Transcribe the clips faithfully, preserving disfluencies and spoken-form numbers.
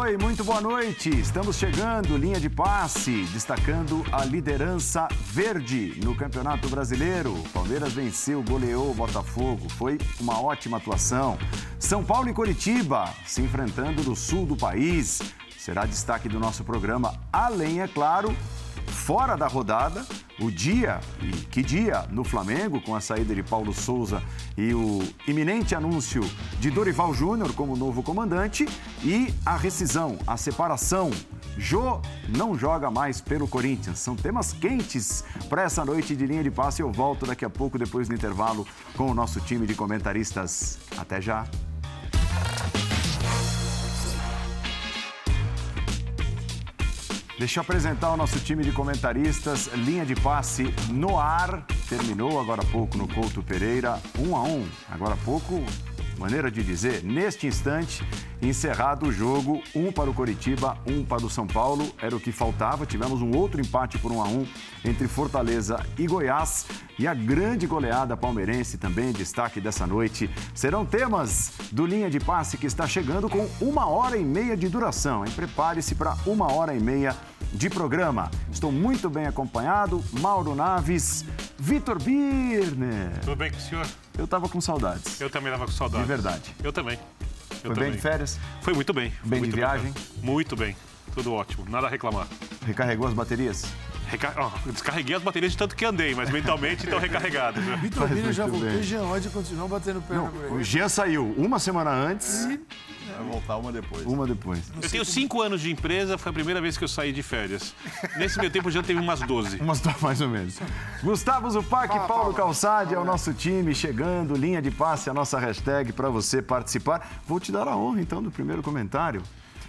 Oi, muito boa noite. Estamos chegando, linha de passe, destacando a liderança verde no Campeonato Brasileiro. Palmeiras venceu, goleou o Botafogo. Foi uma ótima atuação. São Paulo e Coritiba se enfrentando no sul do país. Será destaque do nosso programa. Além, é claro, fora da rodada, o dia, e que dia, no Flamengo, com a saída de Paulo Souza e o iminente anúncio de Dorival Júnior como novo comandante e a rescisão, a separação. Jô não joga mais pelo Corinthians. São temas quentes para essa noite de linha de passe. Eu volto daqui a pouco, depois do intervalo, com o nosso time de comentaristas. Até já. Deixa eu apresentar o nosso time de comentaristas. Linha de passe no ar. Terminou agora há pouco no Couto Pereira. Um a um. Agora há pouco, maneira de dizer, neste instante, encerrado o jogo. Um para o Coritiba, um para o São Paulo. Era o que faltava. Tivemos um outro empate por um a um entre Fortaleza e Goiás. E a grande goleada palmeirense também, destaque dessa noite. Serão temas do Linha de Passe que está chegando com uma hora e meia de duração. Hein? Prepare-se para uma hora e meia de programa. Estou muito bem acompanhado. Mauro Naves, Vitor Birner. Tudo bem com o senhor? Eu estava com saudades. Eu também estava com saudades. De verdade. Eu também. Eu Foi também. bem de férias? Foi muito bem. Foi Bem muito de viagem? Bem. Muito bem. Tudo ótimo. Nada a reclamar. Recarregou as baterias? Recar... Oh, descarreguei as baterias de tanto que andei, mas mentalmente estão recarregadas. Né? Vitor Birner já voltou e Jean Oddi continuam batendo perna com ele. O Jean saiu uma semana antes. E... Vai voltar uma depois. Uma depois. Eu tenho cinco anos de empresa, foi a primeira vez que eu saí de férias. Nesse meio tempo, já teve umas doze. Umas mais ou menos. Gustavo Zupac e Paulo Calçade é o nosso time chegando. Linha de passe, a nossa hashtag para você participar. Vou te dar a honra, então, do primeiro comentário.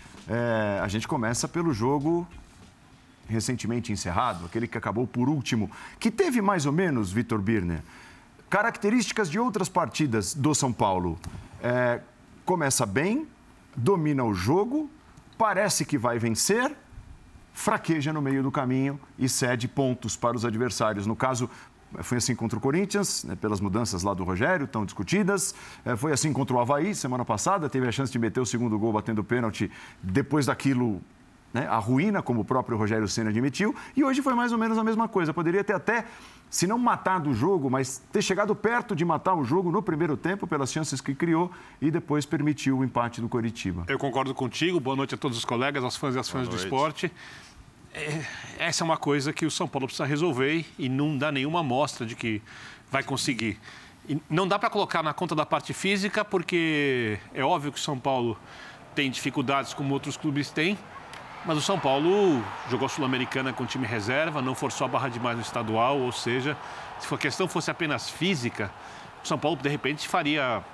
É, a gente começa pelo jogo recentemente encerrado, aquele que acabou por último, que teve mais ou menos, Vitor Birner, características de outras partidas do São Paulo. É, começa bem, domina o jogo, parece que vai vencer, fraqueja no meio do caminho e cede pontos para os adversários. No caso, foi assim contra o Corinthians, né, pelas mudanças lá do Rogério, tão discutidas. É, foi assim contra o Avaí, semana passada, teve a chance de meter o segundo gol batendo pênalti. Depois daquilo, né, a ruína, como o próprio Rogério Ceni admitiu. E hoje foi mais ou menos a mesma coisa. Poderia ter até, se não matado o jogo, mas ter chegado perto de matar o jogo no primeiro tempo, pelas chances que criou, e depois permitiu o empate do Coritiba. Eu concordo contigo. Boa noite a todos os colegas, aos fãs e às fãs do esporte. É, essa é uma coisa que o São Paulo precisa resolver e não dá nenhuma amostra de que vai conseguir. E não dá para colocar na conta da parte física, porque é óbvio que o São Paulo tem dificuldades como outros clubes têm, mas o São Paulo jogou a Sul-Americana com time reserva, não forçou a barra demais no estadual, ou seja, se a questão fosse apenas física, o São Paulo, de repente, faria...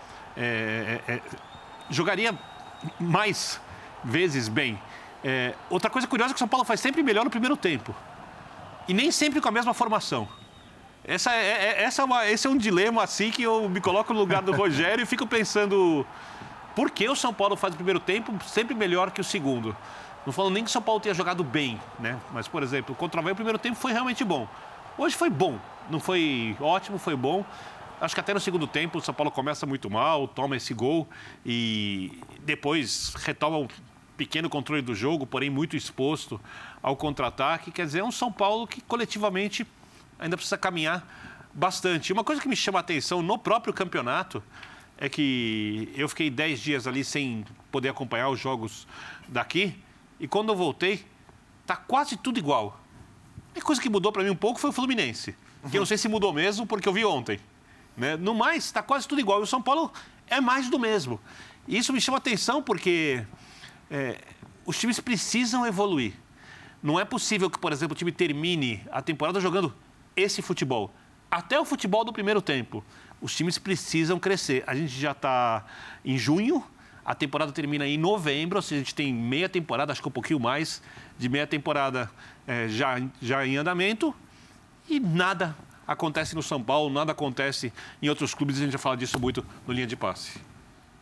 É, é, jogaria mais vezes bem. É, outra coisa curiosa é que o São Paulo faz sempre melhor no primeiro tempo. E nem sempre com a mesma formação. Essa é, é, essa é uma, esse é um dilema assim que eu me coloco no lugar do Rogério e fico pensando... Por que o São Paulo faz o primeiro tempo sempre melhor que o segundo? Não falando nem que o São Paulo tenha jogado bem, né? Mas, por exemplo, contra o Avaí, o primeiro tempo foi realmente bom. Hoje foi bom. Não foi ótimo, foi bom. Acho que até no segundo tempo o São Paulo começa muito mal, toma esse gol e depois retoma um pequeno controle do jogo, porém muito exposto ao contra-ataque. Quer dizer, é um São Paulo que coletivamente ainda precisa caminhar bastante. Uma coisa que me chama a atenção no próprio campeonato é que eu fiquei dez dias ali sem poder acompanhar os jogos daqui. E quando eu voltei, tá quase tudo igual. A coisa que mudou para mim um pouco foi o Fluminense. Que eu não sei se mudou mesmo, porque eu vi ontem. Né? No mais, está quase tudo igual. E o São Paulo é mais do mesmo. E isso me chama atenção porque é, os times precisam evoluir. Não é possível que, por exemplo, o time termine a temporada jogando esse futebol. Até o futebol do primeiro tempo. Os times precisam crescer. A gente já está em junho. A temporada termina em novembro, ou seja, a gente tem meia temporada, acho que um pouquinho mais, de meia temporada é, já, já em andamento. E nada acontece no São Paulo, nada acontece em outros clubes, a gente já fala disso muito no Linha de Passe.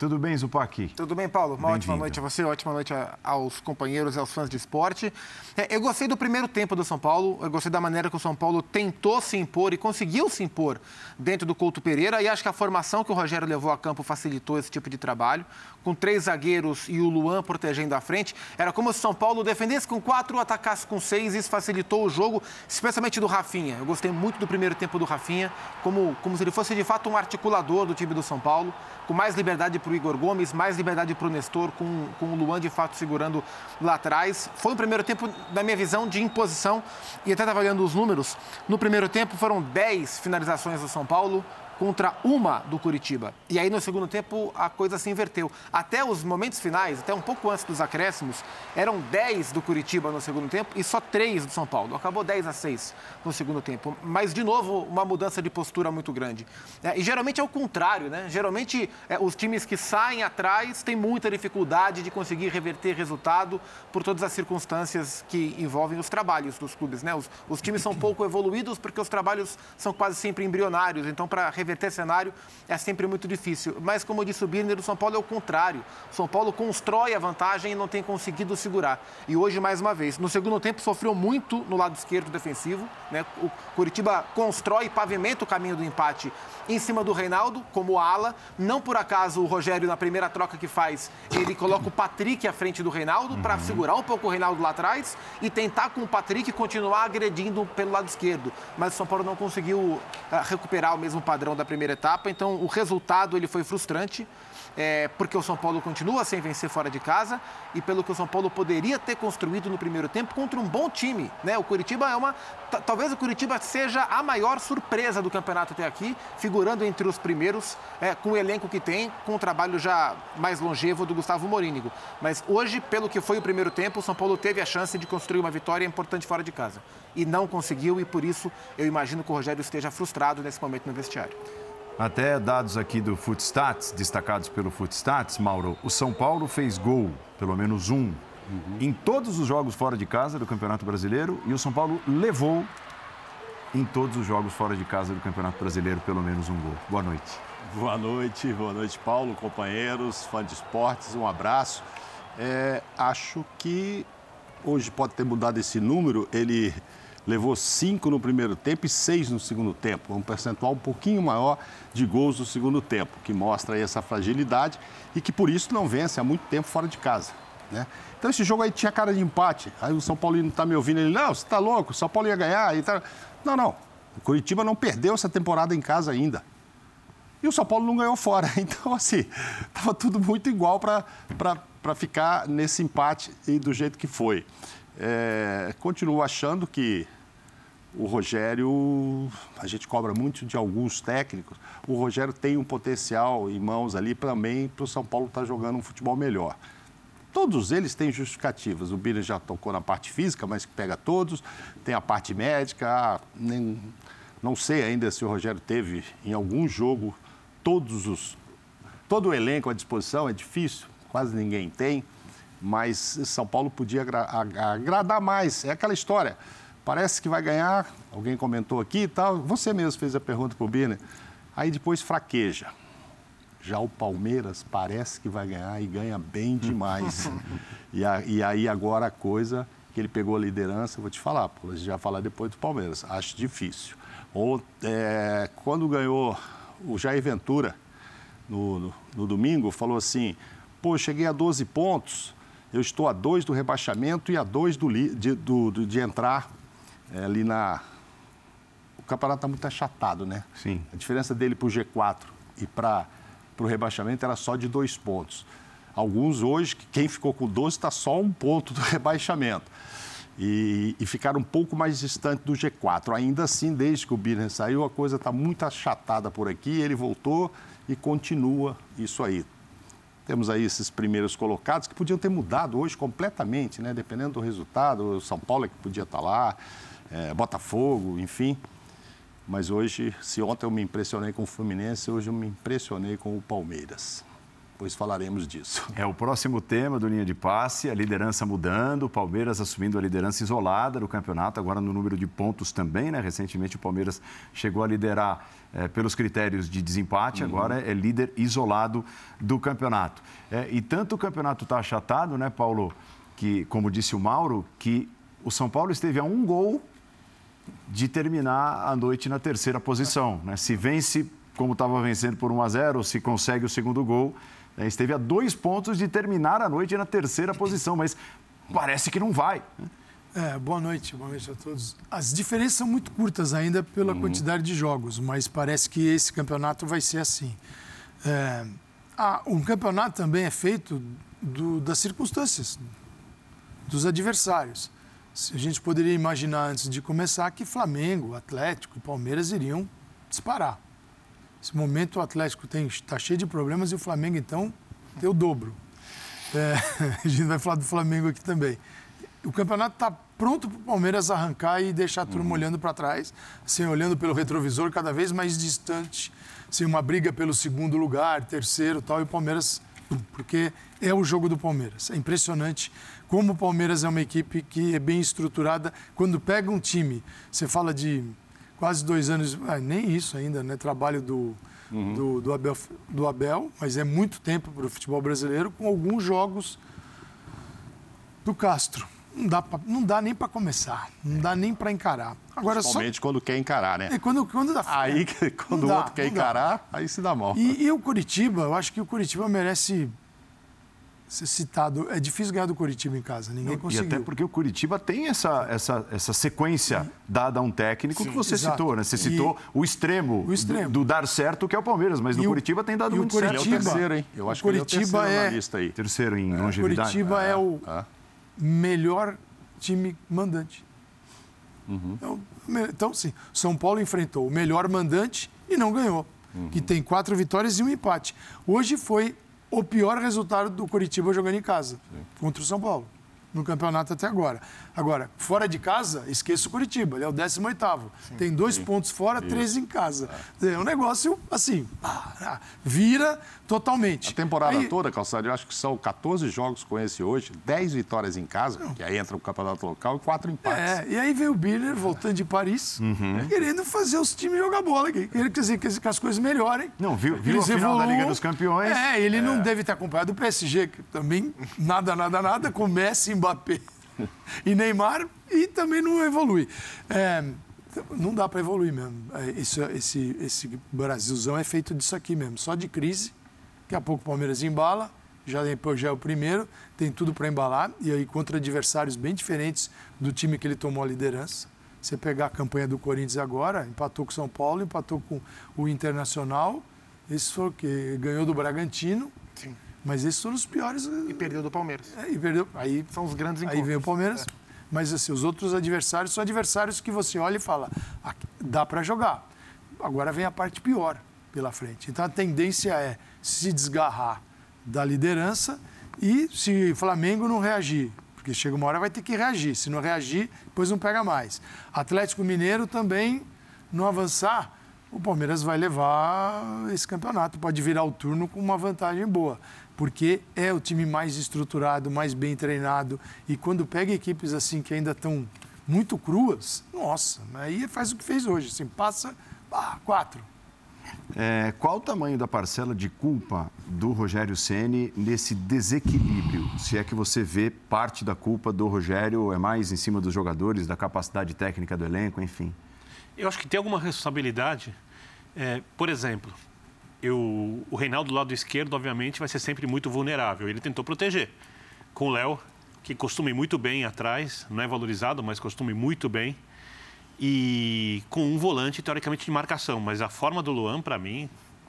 Tudo bem, Zupac? Tudo bem, Paulo? Uma ótima noite a você, ótima noite aos companheiros e aos fãs de esporte. É, eu gostei do primeiro tempo do São Paulo, eu gostei da maneira que o São Paulo tentou se impor e conseguiu se impor dentro do Couto Pereira, e acho que a formação que o Rogério levou a campo facilitou esse tipo de trabalho. Com três zagueiros e o Luan protegendo a frente, era como se o São Paulo defendesse com quatro, atacasse com seis, e isso facilitou o jogo, especialmente do Rafinha. Eu gostei muito do primeiro tempo do Rafinha, como, como se ele fosse de fato um articulador do time do São Paulo, com mais liberdade para o Igor Gomes, mais liberdade para o Nestor, com, com o Luan de fato segurando lá atrás. Foi um primeiro tempo, na minha visão, de imposição, e até estava olhando os números. No primeiro tempo foram dez finalizações do São Paulo contra uma do Curitiba. E aí, no segundo tempo, a coisa se inverteu. Até os momentos finais, até um pouco antes dos acréscimos, eram dez do Curitiba no segundo tempo e só três do São Paulo. Acabou dez a seis no segundo tempo. Mas, de novo, uma mudança de postura muito grande. É, e geralmente é o contrário, né? Geralmente, é, os times que saem atrás têm muita dificuldade de conseguir reverter resultado por todas as circunstâncias que envolvem os trabalhos dos clubes, né? Os, os times são pouco evoluídos porque os trabalhos são quase sempre embrionários. Então, para reverter cenário é sempre muito difícil. Mas, como disse o Birner, o São Paulo é o contrário. O São Paulo constrói a vantagem e não tem conseguido segurar. E hoje, mais uma vez, no segundo tempo, sofreu muito no lado esquerdo defensivo, né? O Curitiba constrói e pavimenta o caminho do empate em cima do Reinaldo, como ala. Não por acaso o Rogério, na primeira troca que faz, ele coloca o Patrick à frente do Reinaldo uhum. para segurar um pouco o Reinaldo lá atrás e tentar com o Patrick continuar agredindo pelo lado esquerdo. Mas o São Paulo não conseguiu uh, recuperar o mesmo padrão da primeira etapa, então o resultado ele foi frustrante, é, porque o São Paulo continua sem vencer fora de casa e pelo que o São Paulo poderia ter construído no primeiro tempo contra um bom time, né? O Curitiba é uma... Talvez o Curitiba seja a maior surpresa do campeonato até aqui, figurando entre os primeiros, é, com o elenco que tem, com o trabalho já mais longevo do Gustavo Morínigo. Mas hoje, pelo que foi o primeiro tempo, o São Paulo teve a chance de construir uma vitória importante fora de casa. E não conseguiu, e por isso eu imagino que o Rogério esteja frustrado nesse momento no vestiário. Até dados aqui do Footstats, destacados pelo Footstats, Mauro, o São Paulo fez gol, pelo menos um, uhum. em todos os jogos fora de casa do Campeonato Brasileiro, e o São Paulo levou em todos os jogos fora de casa do Campeonato Brasileiro pelo menos um gol. Boa noite. Boa noite, boa noite, Paulo, companheiros, fãs de esportes, um abraço. É, acho que hoje pode ter mudado esse número, ele levou cinco no primeiro tempo e seis no segundo tempo, um percentual um pouquinho maior de gols no segundo tempo, que mostra aí essa fragilidade e que por isso não vence há muito tempo fora de casa, né? Então esse jogo aí tinha cara de empate, aí o São Paulino está me ouvindo, ele, não, você está louco, o São Paulo ia ganhar e tal. Não, não, o Curitiba não perdeu essa temporada em casa ainda. E o São Paulo não ganhou fora, então assim, estava tudo muito igual para ficar nesse empate e do jeito que foi. É, continuo achando que o Rogério, a gente cobra muito de alguns técnicos, o Rogério tem um potencial em mãos ali também para o São Paulo estar jogando um futebol melhor. Todos eles têm justificativas, o Birner já tocou na parte física, mas que pega todos, tem a parte médica, ah, nem, não sei ainda se o Rogério teve em algum jogo todos os, todo o elenco à disposição, é difícil, quase ninguém tem. Mas São Paulo podia agra agradar mais. É aquela história. Parece que vai ganhar, alguém comentou aqui e tal. Você mesmo fez a pergunta para o Birner. Aí depois fraqueja. Já o Palmeiras parece que vai ganhar e ganha bem demais. e, a, e aí agora a coisa que ele pegou a liderança, eu vou te falar, pô, a gente já falar depois do Palmeiras. Acho difícil. Ou, é, quando ganhou o Jair Ventura no, no, no domingo, falou assim, pô, cheguei a doze pontos... Eu estou a dois do rebaixamento e a dois do, de, do, do, de entrar é, ali na... O campeonato está muito achatado, né? Sim. A diferença dele para o G quatro e para o rebaixamento era só de dois pontos. Alguns hoje, quem ficou com doze está só um ponto do rebaixamento. E, e ficaram um pouco mais distante do G quatro. Ainda assim, desde que o Birner saiu, a coisa está muito achatada por aqui. Ele voltou e continua isso aí. Temos aí esses primeiros colocados que podiam ter mudado hoje completamente, né? Dependendo do resultado. O São Paulo é que podia estar lá, é, Botafogo, enfim. Mas hoje, se ontem eu me impressionei com o Fluminense, hoje eu me impressionei com o Palmeiras. depois falaremos disso. É o próximo tema do Linha de Passe, a liderança mudando, o Palmeiras assumindo a liderança isolada do campeonato, agora no número de pontos também, né? Recentemente o Palmeiras chegou a liderar é, pelos critérios de desempate, uhum. agora é líder isolado do campeonato. É, e tanto o campeonato está achatado, né, Paulo, que, como disse o Mauro, que o São Paulo esteve a um gol de terminar a noite na terceira posição, né? Se vence como estava vencendo por um a zero, se consegue o segundo gol, né? Esteve a dois pontos de terminar a noite na terceira posição, mas parece que não vai. É, boa noite, boa noite a todos. As diferenças são muito curtas ainda pela uhum. quantidade de jogos, mas parece que esse campeonato vai ser assim. É, ah, um campeonato também é feito do, das circunstâncias, dos adversários. A gente poderia imaginar antes de começar que Flamengo, Atlético e Palmeiras iriam disparar. Nesse momento o Atlético está cheio de problemas e o Flamengo, então, tem o dobro. É, a gente vai falar do Flamengo aqui também. O campeonato está pronto para o Palmeiras arrancar e deixar a turma uhum. olhando para trás, assim, olhando pelo retrovisor cada vez mais distante, assim, uma briga pelo segundo lugar, terceiro e tal, e o Palmeiras, porque é o jogo do Palmeiras. É impressionante como o Palmeiras é uma equipe que é bem estruturada. Quando pega um time, você fala de quase dois anos, ah, nem isso ainda, né? Trabalho do, uhum. do, do, Abel, do Abel, mas é muito tempo para o futebol brasileiro, com alguns jogos do Castro. Não dá, pra, não dá nem para começar, não dá nem para encarar. Agora, principalmente só... quando quer encarar, né? É, quando, quando dá... Aí, quando o outro quer encarar, dá. Aí se dá mal. E, e o Coritiba, eu acho que o Coritiba merece ser citado. É difícil ganhar do Coritiba em casa, ninguém não, conseguiu. E até porque o Coritiba tem essa, essa, essa sequência Sim. dada a um técnico Sim, que você exato. citou, né? Você citou e... o extremo, o extremo. Do, do dar certo, que é o Palmeiras, mas e no o... Coritiba tem dado muito Coritiba, certo. Ele é o terceiro, hein? Eu acho Coritiba que ele é o terceiro é... na lista aí. Terceiro em é. longevidade. Coritiba é, é o é. melhor time mandante. Uhum. Então, então, sim, São Paulo enfrentou o melhor mandante e não ganhou, uhum. que tem quatro vitórias e um empate. Hoje foi o pior resultado do Coritiba jogando em casa, Sim. contra o São Paulo, no campeonato até agora. Agora, fora de casa, esqueça o Coritiba, ele é o décimo oitavo. Sim. Tem dois Sim. pontos fora, Isso. três em casa. É. é um negócio, assim, vira totalmente. A temporada aí... toda, Calçado, eu acho que são catorze jogos com esse hoje, dez vitórias em casa, Não. que aí entra o campeonato local, e quatro empates. É, e aí veio o Biller, voltando de Paris, uhum. querendo fazer os times jogar bola, querendo quer dizer, que as coisas melhorem. Não, viu, viu a final evoluam. da Liga dos Campeões. É, ele é. não deve ter acompanhado o P S G, que também nada, nada, nada, com Messi, Mbappé e Neymar, e também não evolui. É, não dá para evoluir mesmo. Esse, esse, esse Brasilzão é feito disso aqui mesmo, só de crise. Daqui a pouco o Palmeiras embala, já, já é o primeiro, tem tudo para embalar, e aí contra adversários bem diferentes do time que ele tomou a liderança. Você pegar a campanha do Corinthians agora, empatou com o São Paulo, empatou com o Internacional, esse foi o que ganhou do Bragantino. Sim. Mas esses foram os piores. E perdeu do Palmeiras. É, e perdeu. Aí são os grandes encontros. Aí vem o Palmeiras. É. Mas assim, os outros adversários são adversários que você olha e fala, ah, dá para jogar. Agora vem a parte pior pela frente. Então a tendência é se desgarrar da liderança e se o Flamengo não reagir, porque chega uma hora vai ter que reagir. Se não reagir, depois não pega mais. Atlético Mineiro também não avançar, o Palmeiras vai levar esse campeonato. Pode virar o turno com uma vantagem boa, porque é o time mais estruturado, mais bem treinado. E quando pega equipes assim que ainda estão muito cruas, nossa, aí faz o que fez hoje. Assim, passa, ah, quatro. É, qual o tamanho da parcela de culpa do Rogério Ceni nesse desequilíbrio? Se é que você vê parte da culpa do Rogério, ou é mais em cima dos jogadores, da capacidade técnica do elenco, enfim? Eu acho que tem alguma responsabilidade. É, por exemplo, eu, o Reinaldo do lado esquerdo, obviamente, vai ser sempre muito vulnerável. Ele tentou proteger com o Léo, que costuma ir muito bem atrás, não é valorizado, mas costuma ir muito bem. E com um volante, teoricamente, de marcação. Mas a forma do Luan, para mim,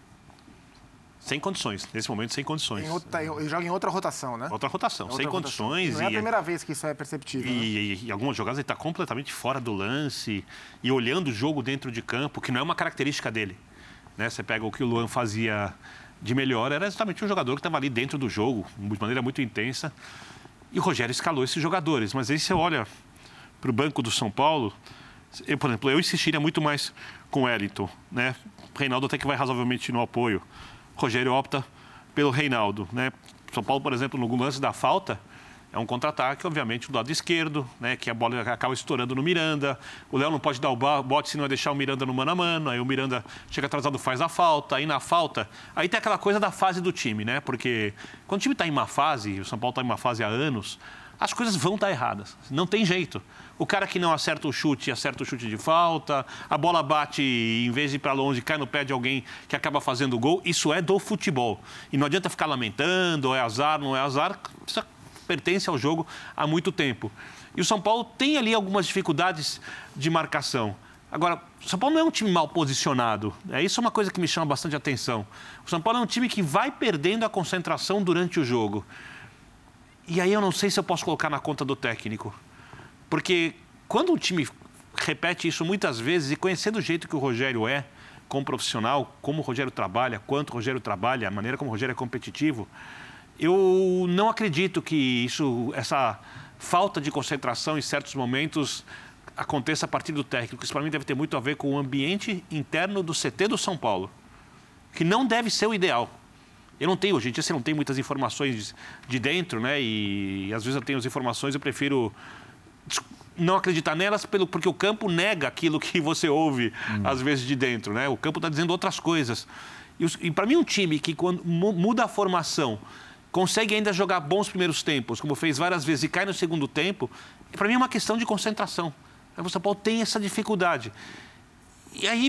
sem condições. Nesse momento, sem condições. Em outra, ele joga em outra rotação, né? Outra rotação, outra sem rotação. condições. Não é a primeira e, vez que isso é perceptível. E, né? e, e algumas jogadas ele está completamente fora do lance e olhando o jogo dentro de campo, que não é uma característica dele. Né? Você pega o que o Luan fazia de melhor, era exatamente um jogador que estava ali dentro do jogo, de maneira muito intensa. E o Rogério escalou esses jogadores. Mas aí você olha para o banco do São Paulo, eu, por exemplo, eu insistiria muito mais com o Wellington. Né? O Reinaldo até que vai razoavelmente no apoio. O Rogério opta pelo Reinaldo, né? São Paulo, por exemplo, no lance da falta, é um contra-ataque, obviamente, do lado esquerdo, né? Que a bola acaba estourando no Miranda. O Léo não pode dar o bote se não é deixar o Miranda no mano a mano. Aí o Miranda chega atrasado, faz a falta. Aí na falta... Aí tem aquela coisa da fase do time, né? Porque quando o time está em má fase, o São Paulo está em má fase há anos, as coisas vão estar erradas. Não tem jeito. O cara que não acerta o chute, acerta o chute de falta. A bola bate, em vez de ir para longe, cai no pé de alguém que acaba fazendo o gol. Isso é do futebol. E não adianta ficar lamentando, é azar, não é azar. Precisa pertence ao jogo há muito tempo. E o São Paulo tem ali algumas dificuldades de marcação. Agora, o São Paulo não é um time mal posicionado. É, isso é uma coisa que me chama bastante atenção. O São Paulo é um time que vai perdendo a concentração durante o jogo. E aí eu não sei se eu posso colocar na conta do técnico. Porque quando um time repete isso muitas vezes, e conhecendo o jeito que o Rogério é, como profissional, como o Rogério trabalha, quanto o Rogério trabalha, a maneira como o Rogério é competitivo, eu não acredito que isso, essa falta de concentração em certos momentos aconteça a partir do técnico. Isso, para mim, deve ter muito a ver com o ambiente interno do C T do São Paulo, que não deve ser o ideal. Eu não tenho, hoje em dia, você não tem muitas informações de dentro, né? E, às vezes eu tenho as informações, eu prefiro não acreditar nelas pelo, porque o campo nega aquilo que você ouve, hum. às vezes, de dentro, né? O campo está dizendo outras coisas. E, e para mim, um time que, quando muda a formação, consegue ainda jogar bons primeiros tempos, como fez várias vezes, e cai no segundo tempo, para mim é uma questão de concentração. O São Paulo tem essa dificuldade. E aí,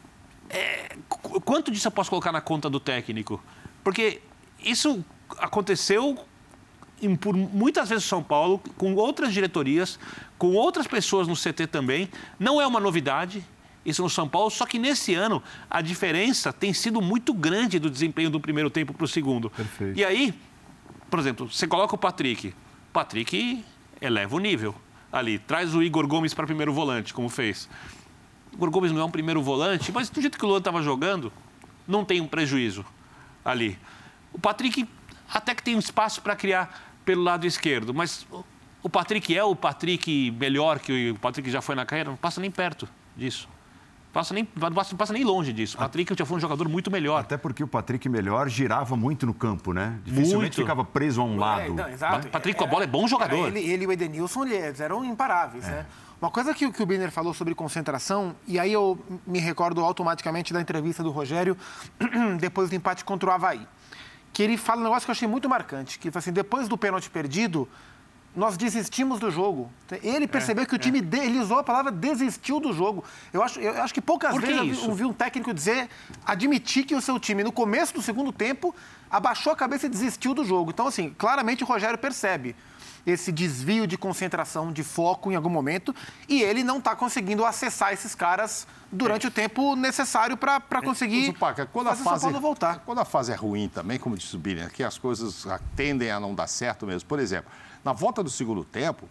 é, quanto disso eu posso colocar na conta do técnico? Porque isso aconteceu em, por muitas vezes no São Paulo, com outras diretorias, com outras pessoas no C T também. Não é uma novidade isso no São Paulo, só que nesse ano a diferença tem sido muito grande do desempenho do primeiro tempo para o segundo. Perfeito. E aí, por exemplo, você coloca o Patrick. O Patrick eleva o nível ali. Traz o Igor Gomes para primeiro volante, como fez. O Igor Gomes não é um primeiro volante, mas do jeito que o Luan estava jogando, não tem um prejuízo ali. O Patrick até que tem um espaço para criar pelo lado esquerdo, mas o Patrick é o Patrick melhor que o Patrick já foi na carreira? Não passa nem perto disso. Passa nem, não passa nem longe disso. O Patrick já foi um jogador muito melhor. Até porque o Patrick melhor girava muito no campo, né? Dificilmente muito. ficava preso a um lado. É, não, exato. O Patrick com a bola é bom jogador. Ele, ele e o Edenilson eles eram imparáveis, é. né? Uma coisa que, que o Biner falou sobre concentração, e aí eu me recordo automaticamente da entrevista do Rogério depois do empate contra o Avaí, que ele fala um negócio que eu achei muito marcante, que assim, depois do pênalti perdido, nós desistimos do jogo. Ele percebeu é, que o time, é. de, ele usou a palavra desistiu do jogo. Eu acho, eu acho que poucas Por que vezes isso? eu vi um técnico dizer, admitir que o seu time, no começo do segundo tempo, abaixou a cabeça e desistiu do jogo. Então, assim, claramente o Rogério percebe esse desvio de concentração, de foco em algum momento, e ele não está conseguindo acessar esses caras durante é. o tempo necessário para conseguir Zupaca, quando fazer a fase, São Paulo voltar. Quando a fase é ruim também, como disse o Biner, que as coisas tendem a não dar certo mesmo. Por exemplo, na volta do segundo tempo,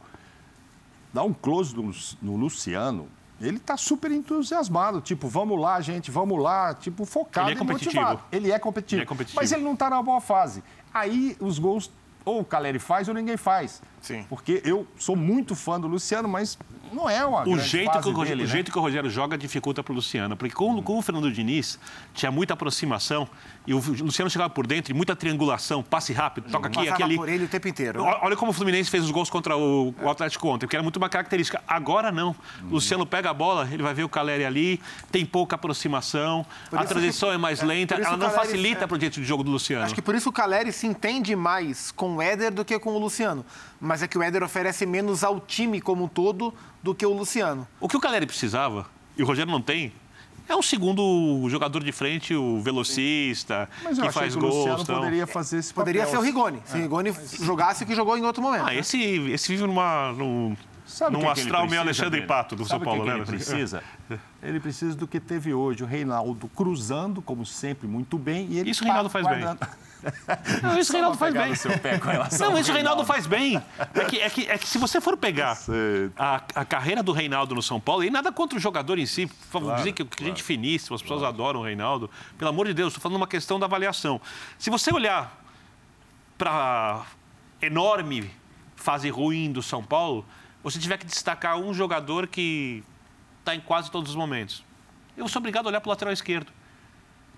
dá um close no, no Luciano, ele está super entusiasmado, tipo, vamos lá, gente, vamos lá, tipo, focado ele é competitivo. e motivado. Ele é competitivo. Ele é competitivo. Mas ele não está na boa fase. Aí os gols, ou o Caleri faz ou ninguém faz. Sim. Porque eu sou muito fã do Luciano, mas não é uma o grande jeito fase que o Rogério, dele, O né? jeito que o Rogério joga dificulta para o Luciano. Porque com, com o Fernando Diniz, tinha muita aproximação e o Luciano chegava por dentro e muita triangulação, passe rápido, toca aqui, Passava aqui, ali. por ele o tempo inteiro. Olha como o Fluminense fez os gols contra o, o Atlético ontem, porque era muito uma característica. Agora não. O Luciano pega a bola, ele vai ver o Caleri ali, tem pouca aproximação, a transição que, é mais lenta, ela não Caleri, facilita é, para o jeito de jogo do Luciano. Acho que por isso o Caleri se entende mais com o Éder do que com o Luciano. Mas é que o Éder oferece menos ao time como um todo do que o Luciano. O que o Caleri precisava, e o Rogério não tem, é um segundo jogador de frente, o velocista, mas eu que achei faz que gols. o Luciano então... poderia fazer esse papel. Poderia ser o Rigoni. Se o Rigoni é, mas... jogasse o que jogou em outro momento. Ah, né? esse, esse vive numa, num, num que astral que meio Alexandre dele? Pato do Sabe São Paulo, que né? Que ele precisa? Ele precisa do que teve hoje. O Reinaldo cruzando, como sempre, muito bem. E ele Isso o Reinaldo faz guardando. bem. Não, isso o Reinaldo faz bem. Não, isso o Reinaldo faz bem. É que, é, que, é que se você for pegar a, a carreira do Reinaldo no São Paulo, e nada contra o jogador em si, claro, dizer que claro. gente finíssima, as pessoas claro. adoram o Reinaldo. Pelo amor de Deus, estou falando uma questão da avaliação. Se você olhar para a enorme fase ruim do São Paulo, você tiver que destacar um jogador que está em quase todos os momentos. Eu sou obrigado a olhar para o lateral esquerdo.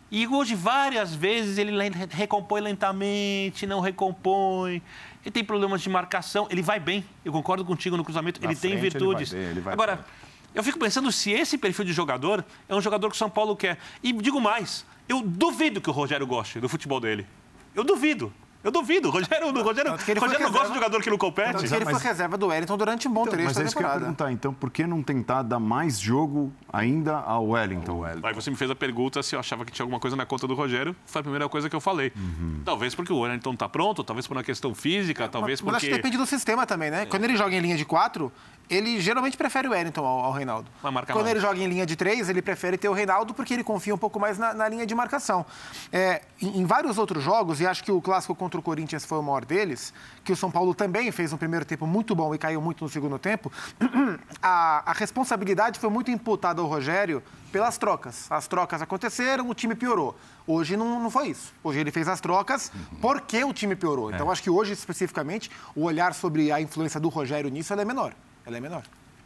E hoje, várias vezes, ele recompõe lentamente, não recompõe. Ele tem problemas de marcação. Ele vai bem. Eu concordo contigo no cruzamento. Na ele frente, tem virtudes. Ele vai bem, ele vai Agora, bem. eu fico pensando se esse perfil de jogador é um jogador que o São Paulo quer. E digo mais, eu duvido que o Rogério goste do futebol dele. Eu duvido. Eu duvido. O Rogério, o Rogério, Tanto que ele foi Rogério não gosta reserva- de jogador que não compete. Tanto que ele mas- foi reserva do Wellington durante um bom Então, trecho mas da é isso que eu ia temporada. perguntar. Então, por que não tentar dar mais jogo ainda ao Wellington? Aí você me fez a pergunta se eu achava que tinha alguma coisa na conta do Rogério. Foi a primeira coisa que eu falei. Uhum. Talvez porque o Wellington está pronto, talvez por uma questão física, talvez Mas acho que porque... depende do sistema também, né? Quando ele joga em linha de quatro, ele geralmente prefere o Wellington ao, ao Reinaldo. Vai marcar Quando mais. ele joga em linha de três, ele prefere ter o Reinaldo porque ele confia um pouco mais na, na linha de marcação. É, em, em vários outros jogos, e acho que o clássico contra o Corinthians foi o maior deles, que o São Paulo também fez um primeiro tempo muito bom e caiu muito no segundo tempo, a, a responsabilidade foi muito imputada ao Rogério pelas trocas. As trocas aconteceram, o time piorou. Hoje não, não foi isso. Hoje ele fez as trocas porque o time piorou. Então, acho que hoje, especificamente, o olhar sobre a influência do Rogério nisso ela é menor. Ela é menor.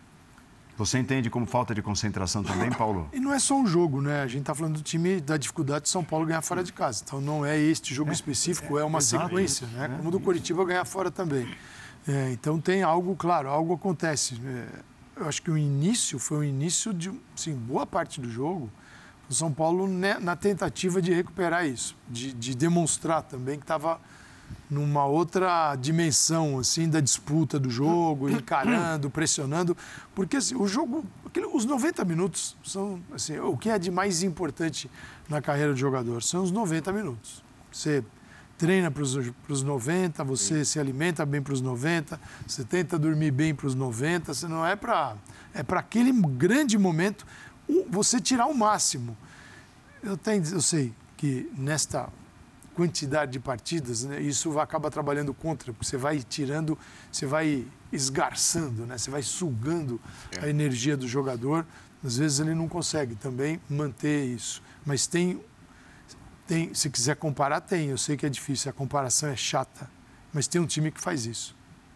Você entende como falta de concentração também, Paulo? E não é só um jogo, né? A gente está falando do time da dificuldade de São Paulo ganhar fora de casa. Então não é este jogo específico, é, uma exato, sequência, né? Como o do Coritiba ganhar fora também. É, então tem algo, claro, algo acontece. É, eu acho que o início foi o início de, assim, boa parte do jogo, o São Paulo né, na tentativa de recuperar isso, de, de demonstrar também que estava numa outra dimensão assim da disputa do jogo, encarando, pressionando, porque assim, o jogo, aquele, os noventa minutos são assim, o que é de mais importante na carreira do jogador são os noventa minutos. Você treina para os noventa, você se alimenta bem para os noventa, você tenta dormir bem para os noventa, você não é para é para aquele grande momento você tirar o máximo. Eu tenho, eu sei que nesta quantidade de partidas, né, isso acaba trabalhando contra, porque você vai tirando, você vai esgarçando, né, você vai sugando é. a energia do jogador. Às vezes ele não consegue também manter isso. Mas tem, tem, se quiser comparar, tem. Eu sei que é difícil, a comparação é chata, mas tem um time que faz isso.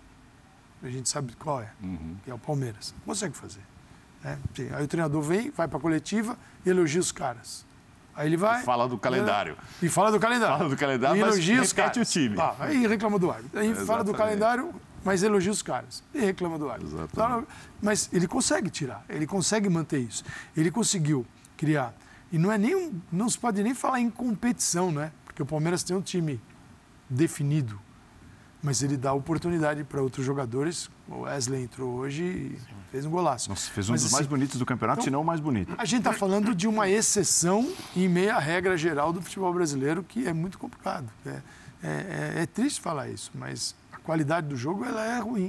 A gente sabe qual é, uhum. que é o Palmeiras. Consegue fazer. Né? Aí o treinador vem, vai para a coletiva e elogia os caras. Aí ele vai... E fala do calendário. E fala do calendário. Fala do calendário, e mas elogia os repete caras. o time. Ah, aí reclama do árbitro. Aí Exatamente. fala do calendário, mas elogia os caras. E reclama do árbitro. Exatamente. Mas ele consegue tirar, ele consegue manter isso. Ele conseguiu criar. E não é nem um, não se pode nem falar em competição, né? Porque o Palmeiras tem um time definido, mas ele dá oportunidade para outros jogadores. O Wesley entrou hoje e fez um golaço. Nossa, fez um Mas, dos assim, mais bonitos do campeonato, então, se não o mais bonito. A gente está falando de uma exceção em meio à regra geral do futebol brasileiro, que é muito complicado. É, é, é triste falar isso, mas a qualidade do jogo ela é ruim.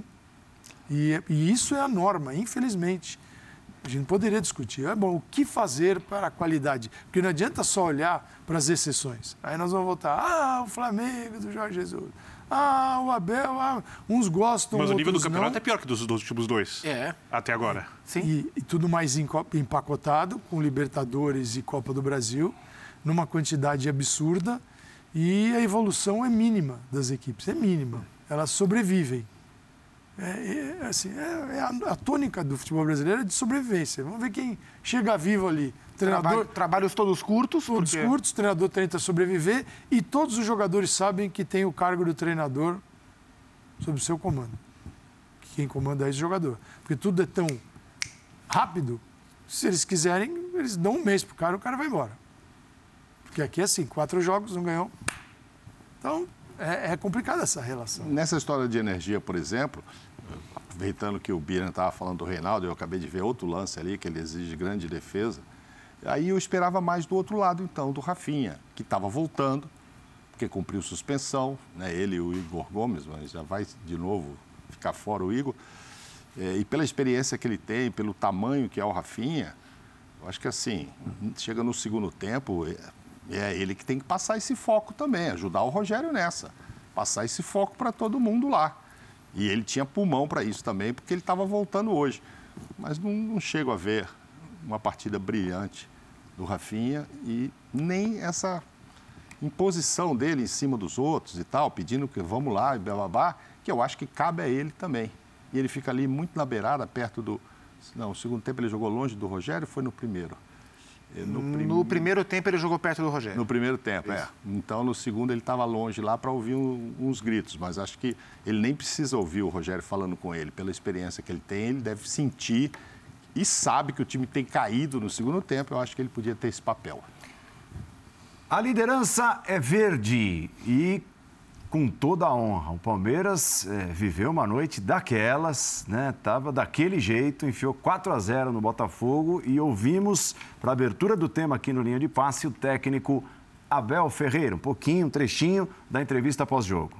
E, e isso é a norma, infelizmente. A gente poderia discutir. É bom, o que fazer para a qualidade? Porque não adianta só olhar para as exceções. Aí nós vamos voltar. Ah, o Flamengo do Jorge Jesus. Ah, o Abel. Ah, uns gostam, Mas o nível do outros campeonato não. é pior que dos, dos últimos dois. É. Até agora. Sim. E, e tudo mais enco- empacotado, com Libertadores e Copa do Brasil, numa quantidade absurda, e a evolução é mínima das equipes, é mínima. Elas sobrevivem. É, é, assim, é, é a, a tônica do futebol brasileiro é de sobrevivência. Vamos ver quem chega vivo ali. Treinador, Trabalho, trabalhos todos curtos. todos porque... curtos, o treinador tenta sobreviver e todos os jogadores sabem que tem o cargo do treinador sob o seu comando. Quem comanda é esse jogador. Porque tudo é tão rápido, se eles quiserem, eles dão um mês pro cara, o cara vai embora. Porque aqui é assim, quatro jogos, não ganhou. Então, é, é complicada essa relação. Nessa história de energia, por exemplo, aproveitando que o Biran estava falando do Reinaldo, eu acabei de ver outro lance ali, que ele exige grande defesa. Aí eu esperava mais do outro lado, então, do Rafinha, que estava voltando, porque cumpriu suspensão, né? Ele e o Igor Gomes, mas já vai de novo ficar fora o Igor. É, e pela experiência que ele tem, pelo tamanho que é o Rafinha, eu acho que assim, chega no segundo tempo, é, é ele que tem que passar esse foco também, ajudar o Rogério nessa, passar esse foco para todo mundo lá. E ele tinha pulmão para isso também, porque ele estava voltando hoje. Mas não, não chego a ver uma partida brilhante do Rafinha e nem essa imposição dele em cima dos outros e tal, pedindo que vamos lá e bababá, que eu acho que cabe a ele também. E ele fica ali muito na beirada, perto do... Não, o segundo tempo ele jogou longe do Rogério, foi no primeiro. No, prim... no primeiro tempo ele jogou perto do Rogério. No primeiro tempo, Isso. é. Então, no segundo ele estava longe lá para ouvir um, uns gritos, mas acho que ele nem precisa ouvir o Rogério falando com ele. Pela experiência que ele tem, ele deve sentir e sabe que o time tem caído no segundo tempo. Eu acho que ele podia ter esse papel. A liderança é verde e com toda a honra. O Palmeiras é, viveu uma noite daquelas, né? Tava daquele jeito, enfiou quatro a zero no Botafogo e ouvimos, para a abertura do tema aqui no Linha de Passe, o técnico Abel Ferreira. Um pouquinho, um trechinho da entrevista pós-jogo.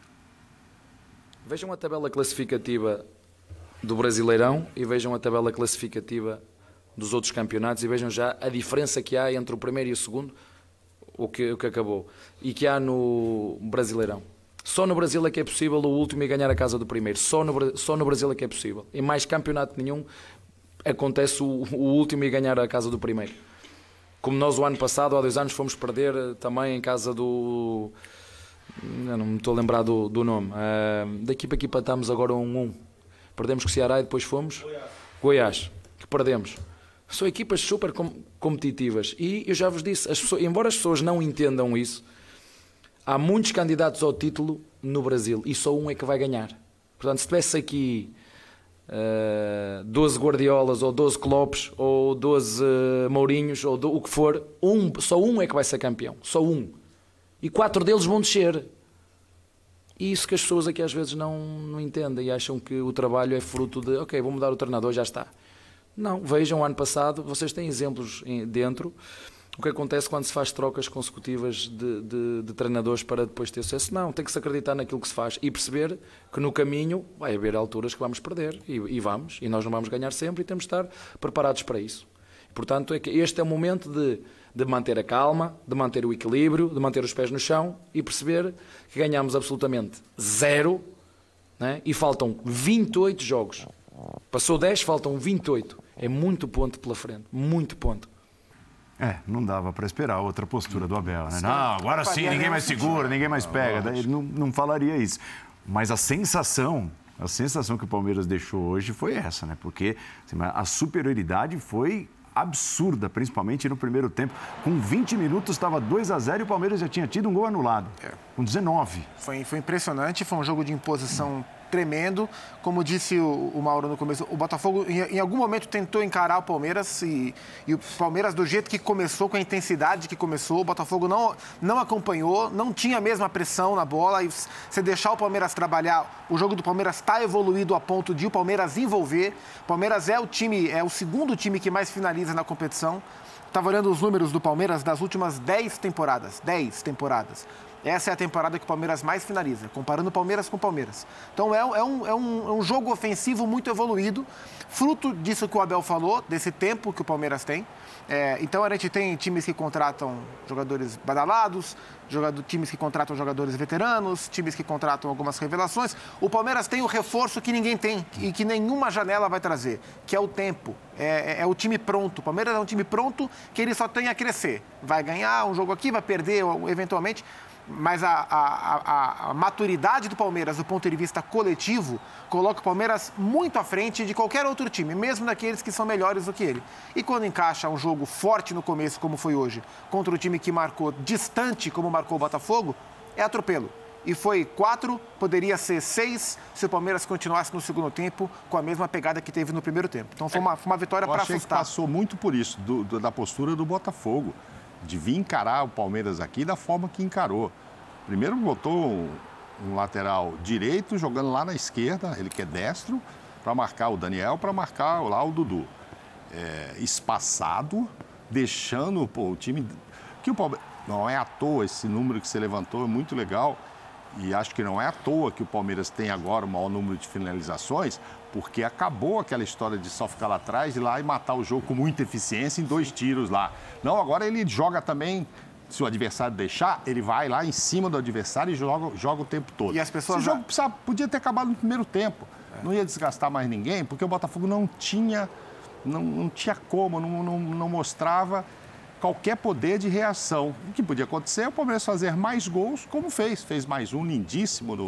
Vejam a tabela classificativa do Brasileirão e vejam a tabela classificativa dos outros campeonatos e vejam já a diferença que há entre o primeiro e o segundo, o que, o que acabou, e que há no Brasileirão. Só no Brasil é que é possível o último ir ganhar a casa do primeiro. Só no, só no Brasil é que é possível. Em mais campeonato nenhum acontece o, o último ir ganhar a casa do primeiro. Como nós o ano passado, há dois anos, fomos perder também em casa do... Eu não me estou a lembrar do, do nome. Uh, da equipa que empatámos agora um a um. Perdemos com o Ceará e depois fomos... Goiás. Goiás, que perdemos. São equipas super com, competitivas e eu já vos disse, as pessoas, embora as pessoas não entendam isso, há muitos candidatos ao título no Brasil e só um é que vai ganhar. Portanto, se tivesse aqui uh, doze Guardiolas ou doze Kloppes ou doze uh, Mourinhos ou do, o que for, um, só um é que vai ser campeão, só um. E quatro deles vão descer. E isso que as pessoas aqui às vezes não, não entendem e acham que o trabalho é fruto de, ok, vou mudar o treinador, já está. Não, vejam o ano passado, vocês têm exemplos dentro, o que acontece quando se faz trocas consecutivas de, de, de treinadores para depois ter sucesso. Não, tem que se acreditar naquilo que se faz e perceber que no caminho vai haver alturas que vamos perder e, e vamos, e nós não vamos ganhar sempre e temos de estar preparados para isso. Portanto, é que este é o momento de, de manter a calma, de manter o equilíbrio, de manter os pés no chão e perceber que ganhamos absolutamente zero, né? E faltam vinte e oito jogos. Passou dez, faltam vinte e oito. É muito ponto pela frente, muito ponto. É, não dava para esperar outra postura do Abel, né? Não, agora sim, ninguém mais segura, ninguém mais pega. Daí ele não, não falaria isso. Mas a sensação, a sensação que o Palmeiras deixou hoje foi essa, né? Porque assim, a superioridade foi absurda, principalmente no primeiro tempo. Com vinte minutos estava dois a zero e o Palmeiras já tinha tido um gol anulado. É. Com dezenove. Foi, foi impressionante, foi um jogo de imposição tremendo. Como disse o, o Mauro no começo, o Botafogo em, em algum momento tentou encarar o Palmeiras e, e o Palmeiras do jeito que começou, com a intensidade que começou, o Botafogo não, não acompanhou, não tinha a mesma pressão na bola e se deixar o Palmeiras trabalhar, o jogo do Palmeiras está evoluído a ponto de o Palmeiras envolver. O Palmeiras é o time, é o segundo time que mais finaliza na competição. Estava olhando os números do Palmeiras das últimas dez temporadas, dez temporadas. Essa é a temporada que o Palmeiras mais finaliza, comparando o Palmeiras com o Palmeiras. Então é um, é um, é um, é um jogo ofensivo muito evoluído, fruto disso que o Abel falou, desse tempo que o Palmeiras tem. É, então a gente tem times que contratam jogadores badalados, jogador, times que contratam jogadores veteranos, times que contratam algumas revelações. O Palmeiras tem o reforço que ninguém tem e que nenhuma janela vai trazer, que é o tempo. É, é, é o time pronto. O Palmeiras é um time pronto que ele só tem a crescer. Vai ganhar um jogo aqui, vai perder eventualmente. Mas a, a, a, a maturidade do Palmeiras, do ponto de vista coletivo, coloca o Palmeiras muito à frente de qualquer outro time, mesmo daqueles que são melhores do que ele. E quando encaixa um jogo forte no começo, como foi hoje, contra o time que marcou distante, como marcou o Botafogo, é atropelo. E foi quatro, poderia ser seis, se o Palmeiras continuasse no segundo tempo com a mesma pegada que teve no primeiro tempo. Então foi uma, foi uma vitória para assustar. Que passou muito por isso, do, do, da postura do Botafogo, de vir encarar o Palmeiras aqui da forma que encarou. Primeiro botou um, um lateral direito jogando lá na esquerda, ele que é destro, para marcar o Daniel, para marcar lá o Dudu. É, espaçado, deixando pô, o time... Que o Palmeiras... Não é à toa esse número que você levantou, é muito legal. E acho que não é à toa que o Palmeiras tem agora o maior número de finalizações, porque acabou aquela história de só ficar lá atrás, ir lá e matar o jogo com muita eficiência em dois tiros lá. Não, agora ele joga também, se o adversário deixar, ele vai lá em cima do adversário e joga, joga o tempo todo. E as pessoas... Esse jogo precisava, podia ter acabado no primeiro tempo. É. Não ia desgastar mais ninguém, porque o Botafogo não tinha, não, não tinha como, não, não, não mostrava qualquer poder de reação. O que podia acontecer é o Palmeiras fazer mais gols, como fez. Fez mais um lindíssimo do,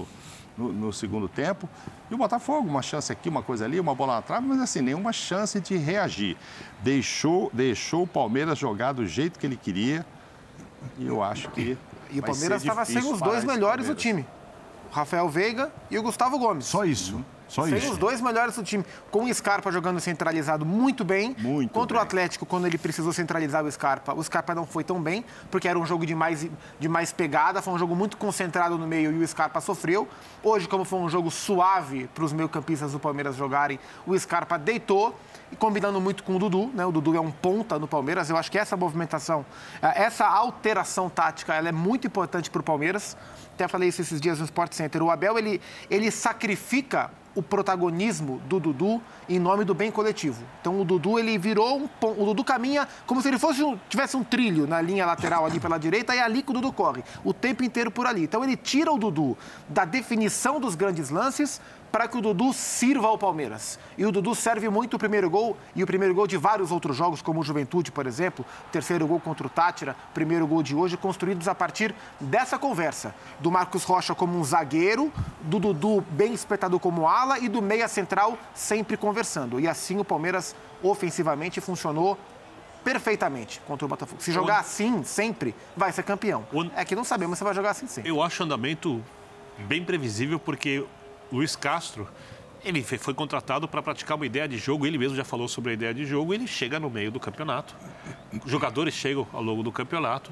no, no segundo tempo. E o Botafogo, uma chance aqui, uma coisa ali, uma bola na trave, mas assim, nenhuma chance de reagir. Deixou, deixou o Palmeiras jogar do jeito que ele queria e eu acho que E o Palmeiras estava sem os dois melhores do time. O Rafael Veiga e o Gustavo Gomes. Só isso. Só Sem isso. os dois melhores do time. Com o Scarpa jogando centralizado muito bem. Muito Contra bem. o Atlético, quando ele precisou centralizar o Scarpa, o Scarpa não foi tão bem, porque era um jogo de mais, de mais pegada, foi um jogo muito concentrado no meio e o Scarpa sofreu. Hoje, como foi um jogo suave para os meio-campistas do Palmeiras jogarem, o Scarpa deitou, e combinando muito com o Dudu, né? O Dudu é um ponta no Palmeiras. Eu acho que essa movimentação, essa alteração tática, ela é muito importante para o Palmeiras. Até falei isso esses dias no Sport Center. O Abel, ele, ele sacrifica o protagonismo do Dudu em nome do bem coletivo. Então o Dudu, ele virou um ponto. O Dudu caminha como se ele fosse um, tivesse um trilho na linha lateral ali pela direita e é ali que o Dudu corre o tempo inteiro por ali. Então ele tira o Dudu da definição dos grandes lances para que o Dudu sirva ao Palmeiras. E o Dudu serve muito o primeiro gol e o primeiro gol de vários outros jogos, como o Juventude, por exemplo, o terceiro gol contra o Tátira, o primeiro gol de hoje, construídos a partir dessa conversa. Do Marcos Rocha como um zagueiro, do Dudu bem espetado como ala e do meia central sempre conversando. E assim o Palmeiras ofensivamente funcionou perfeitamente contra o Botafogo. Se jogar assim sempre, vai ser campeão. É que não sabemos se vai jogar assim sempre. Eu acho o andamento bem previsível porque Luiz Castro, ele foi contratado para praticar uma ideia de jogo, ele mesmo já falou sobre a ideia de jogo, ele chega no meio do campeonato, os jogadores chegam ao longo do campeonato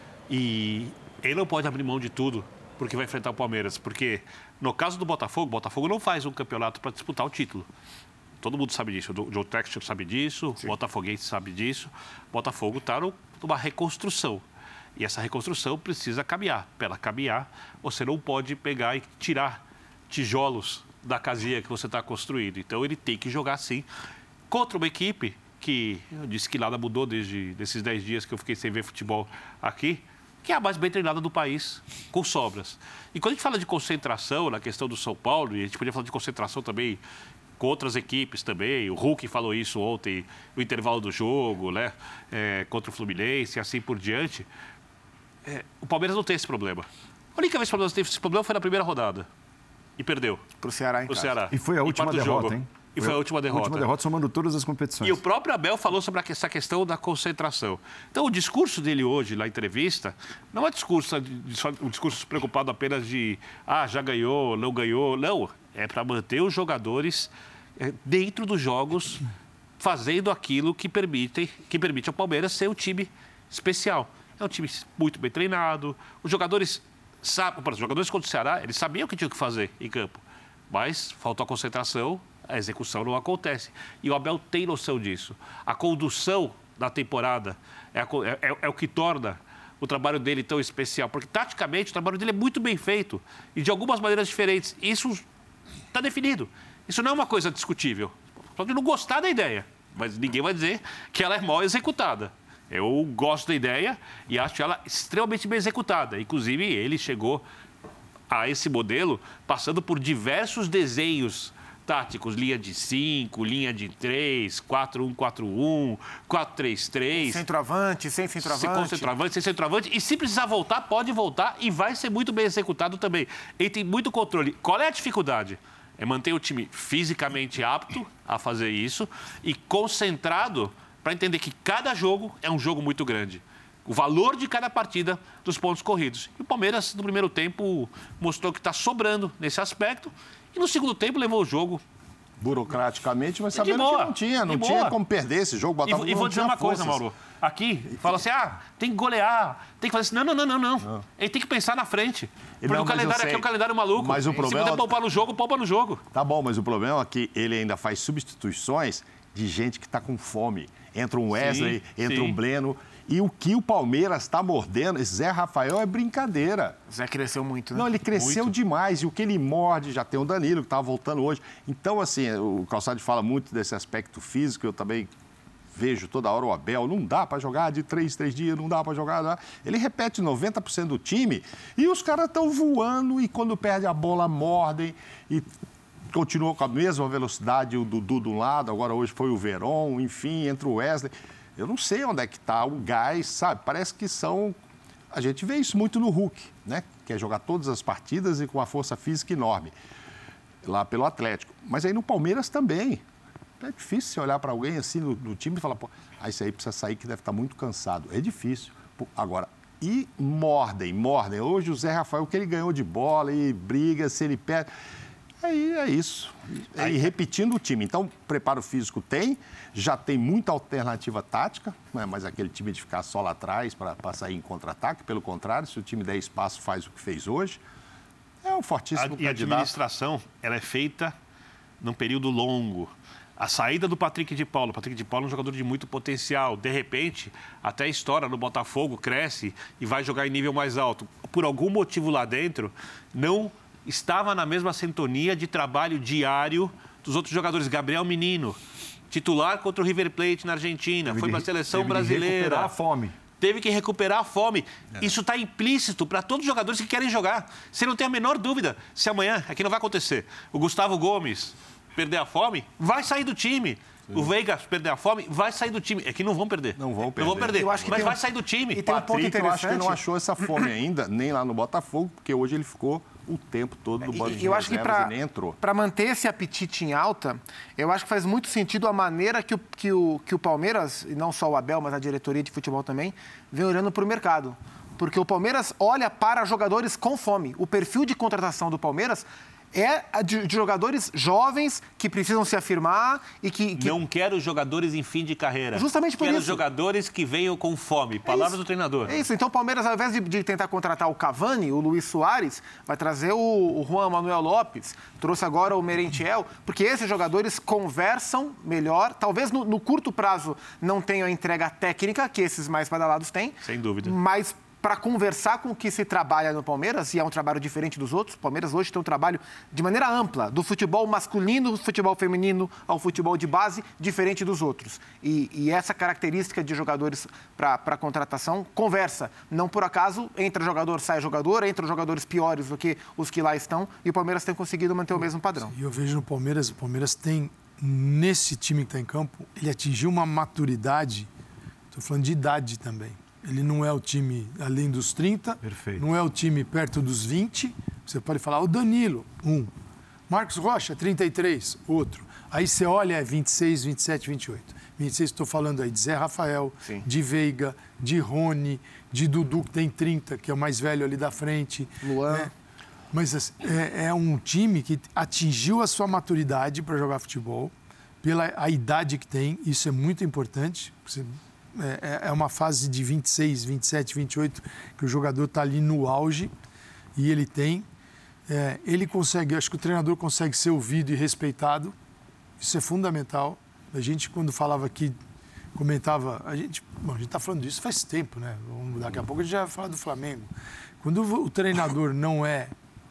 e ele não pode abrir mão de tudo porque vai enfrentar o Palmeiras, porque no caso do Botafogo, o Botafogo não faz um campeonato para disputar o título. Todo mundo sabe disso, o Joe Textor sabe disso, Sim. o Botafoguense sabe disso, o Botafogo está numa reconstrução. E essa reconstrução precisa caminhar. Para ela caminhar, você não pode pegar e tirar tijolos da casinha que você está construindo. Então, ele tem que jogar assim contra uma equipe que, eu disse que nada mudou desde desses dez dias que eu fiquei sem ver futebol aqui, que é a mais bem treinada do país, com sobras. E quando a gente fala de concentração na questão do São Paulo, e a gente podia falar de concentração também com outras equipes também, o Hulk falou isso ontem no intervalo do jogo, né? É, contra o Fluminense e assim por diante, é, o Palmeiras não tem esse problema. A única vez que o Palmeiras teve esse problema foi na primeira rodada. E perdeu. Pro Ceará em Pro casa. Ceará. E foi a última Empata o derrota, jogo. hein? E foi a última derrota. A última derrota somando todas as competições. E o próprio Abel falou sobre essa questão da concentração. Então, o discurso dele hoje, na entrevista, não é discurso, um discurso preocupado apenas de ah, já ganhou, não ganhou. Não, é para manter os jogadores dentro dos jogos, fazendo aquilo que permite, que permite ao Palmeiras ser um time especial. É um time muito bem treinado. Os jogadores sabem, os jogadores contra o Ceará, eles sabiam o que tinham que fazer em campo. Mas faltou a concentração, a execução não acontece. E o Abel tem noção disso. A condução da temporada é, a, é, é o que torna o trabalho dele tão especial. Porque, taticamente, o trabalho dele é muito bem feito. E de algumas maneiras diferentes. Isso está definido. Isso não é uma coisa discutível. Pode não gostar da ideia, mas ninguém vai dizer que ela é mal executada. Eu gosto da ideia e acho ela extremamente bem executada. Inclusive, ele chegou a esse modelo passando por diversos desenhos táticos, linha de cinco, linha de três, quatro um quatro um, quatro três três. Centroavante, sem centroavante. Com centroavante, sem centroavante. E se precisar voltar, pode voltar e vai ser muito bem executado também. Ele tem muito controle. Qual é a dificuldade? É manter o time fisicamente apto a fazer isso e concentrado para entender que cada jogo é um jogo muito grande. O valor de cada partida dos pontos corridos. E o Palmeiras, no primeiro tempo, mostrou que está sobrando nesse aspecto. E no segundo tempo levou o jogo burocraticamente, mas sabendo boa, que não tinha, não tinha como perder esse jogo. Botafogo e, e vou dizer uma forças. coisa, Mauro. Aqui, fala assim, ah, tem que golear, tem que fazer assim. Não, não, não, não, não. não. Ele tem que pensar na frente. Porque não, o calendário aqui é um calendário maluco. Mas o problema... Se puder poupar no jogo, poupa no jogo. Tá bom, mas o problema é que ele ainda faz substituições de gente que está com fome. Entra um Wesley, sim, entra sim. um Breno... E o que o Palmeiras está mordendo, esse Zé Rafael é brincadeira. O Zé cresceu muito, né? Não, ele cresceu muito. demais. E o que ele morde, já tem o Danilo, que estava voltando hoje. Então, assim, o Calçade fala muito desse aspecto físico, eu também vejo toda hora o Abel. Não dá para jogar de três, três dias, não dá para jogar. Não dá. Ele repete noventa por cento do time e os caras estão voando e quando perde a bola, mordem e... Continuou com a mesma velocidade, o Dudu de um lado, agora hoje foi o Verón, enfim, entra o Wesley... Eu não sei onde é que está o gás, sabe? Parece que são... A gente vê isso muito no Hulk, né? quer jogar todas as partidas e com uma força física enorme, lá pelo Atlético. Mas aí no Palmeiras também. É difícil você olhar para alguém assim no, no time e falar, pô, ah, esse aí precisa sair que deve estar muito cansado. É difícil. Pô, agora, e mordem, mordem. Hoje o Zé Rafael, o que ele ganhou de bola e briga, se ele perde... Aí é isso. E repetindo o time. Então, preparo físico tem, já tem muita alternativa tática, não é mais aquele time de ficar só lá atrás para sair em contra-ataque. Pelo contrário, se o time der espaço, faz o que fez hoje. É um fortíssimo a, E a administração, ela é feita num período longo. A saída do Patrick de Paulo. O Patrick de Paulo é um jogador de muito potencial. De repente, até a história no Botafogo cresce e vai jogar em nível mais alto. Por algum motivo lá dentro, não... estava na mesma sintonia de trabalho diário dos outros jogadores. Gabriel Menino, titular contra o River Plate na Argentina, teve foi para a seleção teve brasileira. Teve que recuperar a fome. Teve que recuperar a fome. É. Isso está implícito para todos os jogadores que querem jogar. Você não tem a menor dúvida se amanhã, aqui não vai acontecer, o Gustavo Gomes perder a fome, vai sair do time. Sim. O Veiga perder a fome, vai sair do time. É que não vão perder. Não vão perder. Não vão perder, eu acho que mas tem vai um... sair do time. E tem um Patrick, ponto eu acho que não achou essa fome ainda, nem lá no Botafogo, porque hoje ele ficou o tempo todo no banco de eu acho que pra, e nem entrou. Para manter esse apetite em alta, eu acho que faz muito sentido a maneira que o, que, o, que o Palmeiras, e não só o Abel, mas a diretoria de futebol também, vem olhando para o mercado. Porque o Palmeiras olha para jogadores com fome. O perfil de contratação do Palmeiras é de, de jogadores jovens que precisam se afirmar e que, que... Não quero jogadores em fim de carreira. Justamente por quero isso. Quero jogadores que venham com fome. Palavras é do treinador. É isso. Então o Palmeiras, ao invés de, de tentar contratar o Cavani, o Luis Soares, vai trazer o, o Juan Manuel Lopes, trouxe agora o Merentiel, porque esses jogadores conversam melhor. Talvez no, no curto prazo não tenham a entrega técnica que esses mais badalados têm. Sem dúvida. Mas... para conversar com o que se trabalha no Palmeiras, e é um trabalho diferente dos outros. O Palmeiras hoje tem um trabalho de maneira ampla, do futebol masculino, do futebol feminino ao futebol de base, diferente dos outros. E, e essa característica de jogadores para contratação conversa. Não por acaso, entra jogador, sai jogador, entram jogadores piores do que os que lá estão, e o Palmeiras tem conseguido manter o mesmo padrão. E eu vejo no Palmeiras, o Palmeiras tem, nesse time que está em campo, ele atingiu uma maturidade, estou falando de idade também. Ele não é o time além dos trinta, Perfeito. Não é o time perto dos vinte. Você pode falar, o Danilo, um. Marcos Rocha, trinta e três, outro. Aí você olha, é vinte e seis, vinte e sete, vinte e oito. vinte e seis, estou falando aí de Zé Rafael, Sim. de Veiga, de Rony, de Dudu, que tem trinta, que é o mais velho ali da frente. Luan. Né? Mas é, é um time que atingiu a sua maturidade para jogar futebol, pela a idade que tem, isso é muito importante. Você, É, é uma fase de vinte e seis, vinte e sete, vinte e oito que o jogador está ali no auge e ele tem. É, ele consegue, acho que o treinador consegue ser ouvido e respeitado. Isso é fundamental. A gente, quando falava aqui, comentava... A gente bom, a gente está falando disso faz tempo, né? Daqui a pouco a gente já vai falar do Flamengo. Quando o treinador não é...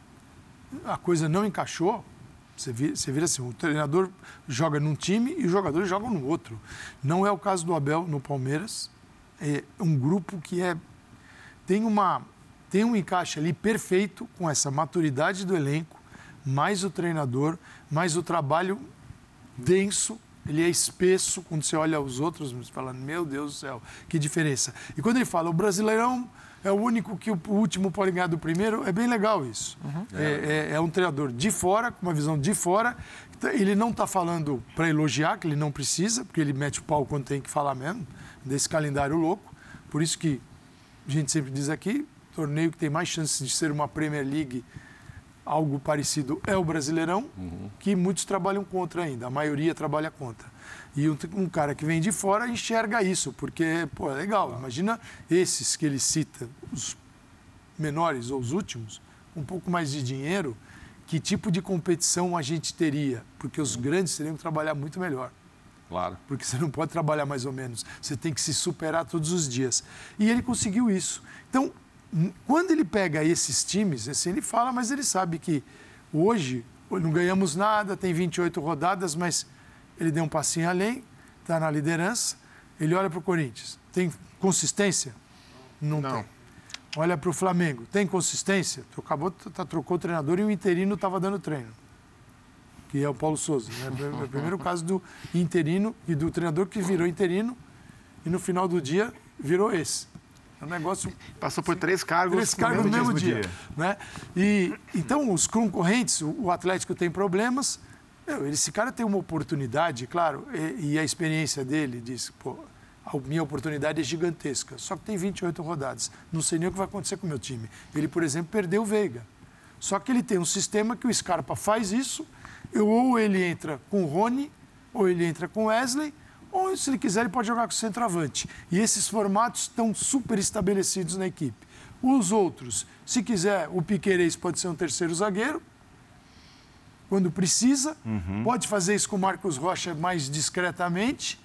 A coisa não encaixou... Você vira, você vira assim, o treinador joga num time e os jogadores jogam no outro. Não é o caso do Abel no Palmeiras. É um grupo que é, tem, uma, tem um encaixe ali perfeito com essa maturidade do elenco, mais o treinador, mais o trabalho denso. Ele é espesso, quando você olha os outros, você fala, meu Deus do céu, que diferença. E quando ele fala, o Brasileirão é o único que o último pode ganhar do primeiro, é bem legal isso. Uhum. É, é, é um treinador de fora, com uma visão de fora. Ele não está falando para elogiar, que ele não precisa, porque ele mete o pau quando tem que falar mesmo, desse calendário louco. Por isso que a gente sempre diz aqui, torneio que tem mais chances de ser uma Premier League, algo parecido, é o Brasileirão, uhum. que muitos trabalham contra ainda, a maioria trabalha contra. E um, um cara que vem de fora enxerga isso, porque, pô, é legal. Ah. Imagina esses que ele cita, os menores ou os últimos, um pouco mais de dinheiro, que tipo de competição a gente teria? Porque os grandes teriam que trabalhar muito melhor. Claro. Porque você não pode trabalhar mais ou menos, você tem que se superar todos os dias. E ele conseguiu isso. Então, quando ele pega esses times, assim, ele fala, mas ele sabe que hoje não ganhamos nada, tem vinte e oito rodadas, mas ele deu um passinho além, está na liderança. Ele olha para o Corinthians, tem consistência? Não, não. tem. Olha para o Flamengo, tem consistência? Acabou, tá, trocou o treinador e o interino estava dando treino, que é o Paulo Souza. Né? É o primeiro caso do interino e do treinador que virou interino e no final do dia virou esse. um negócio... Passou por três cargos, três cargos no mesmo, mesmo dia. dia. Né? E, então, os concorrentes, o Atlético tem problemas. Meu, esse cara tem uma oportunidade, claro, e, e a experiência dele diz, pô, a minha oportunidade é gigantesca. Só que tem vinte e oito rodadas. Não sei nem o que vai acontecer com o meu time. Ele, por exemplo, perdeu o Veiga. Só que ele tem um sistema que o Scarpa faz isso, ou ele entra com o Rony, ou ele entra com o Wesley, ou, se ele quiser, ele pode jogar com o centroavante. E esses formatos estão super estabelecidos na equipe. Os outros, se quiser, o Piquerez pode ser um terceiro zagueiro, quando precisa. Uhum. Pode fazer isso com o Marcos Rocha mais discretamente.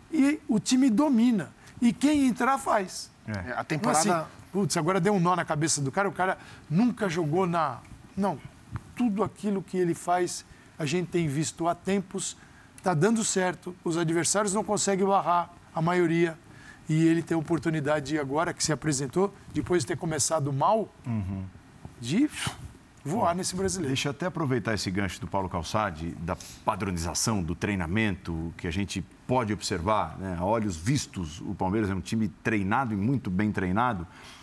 E o time domina. E quem entrar, faz. É. A temporada... Então, assim, putz, agora deu um nó na cabeça do cara. O cara nunca jogou na... Não. Tudo aquilo que ele faz, a gente tem visto há tempos. Está dando certo, os adversários não conseguem barrar a maioria e ele tem a oportunidade agora, que se apresentou, depois de ter começado mal, uhum. de voar Bom, nesse brasileiro. Deixa eu até aproveitar esse gancho do Paulo Calçade, da padronização, do treinamento, que a gente pode observar, né? A olhos vistos, o Palmeiras é um time treinado e muito bem treinado.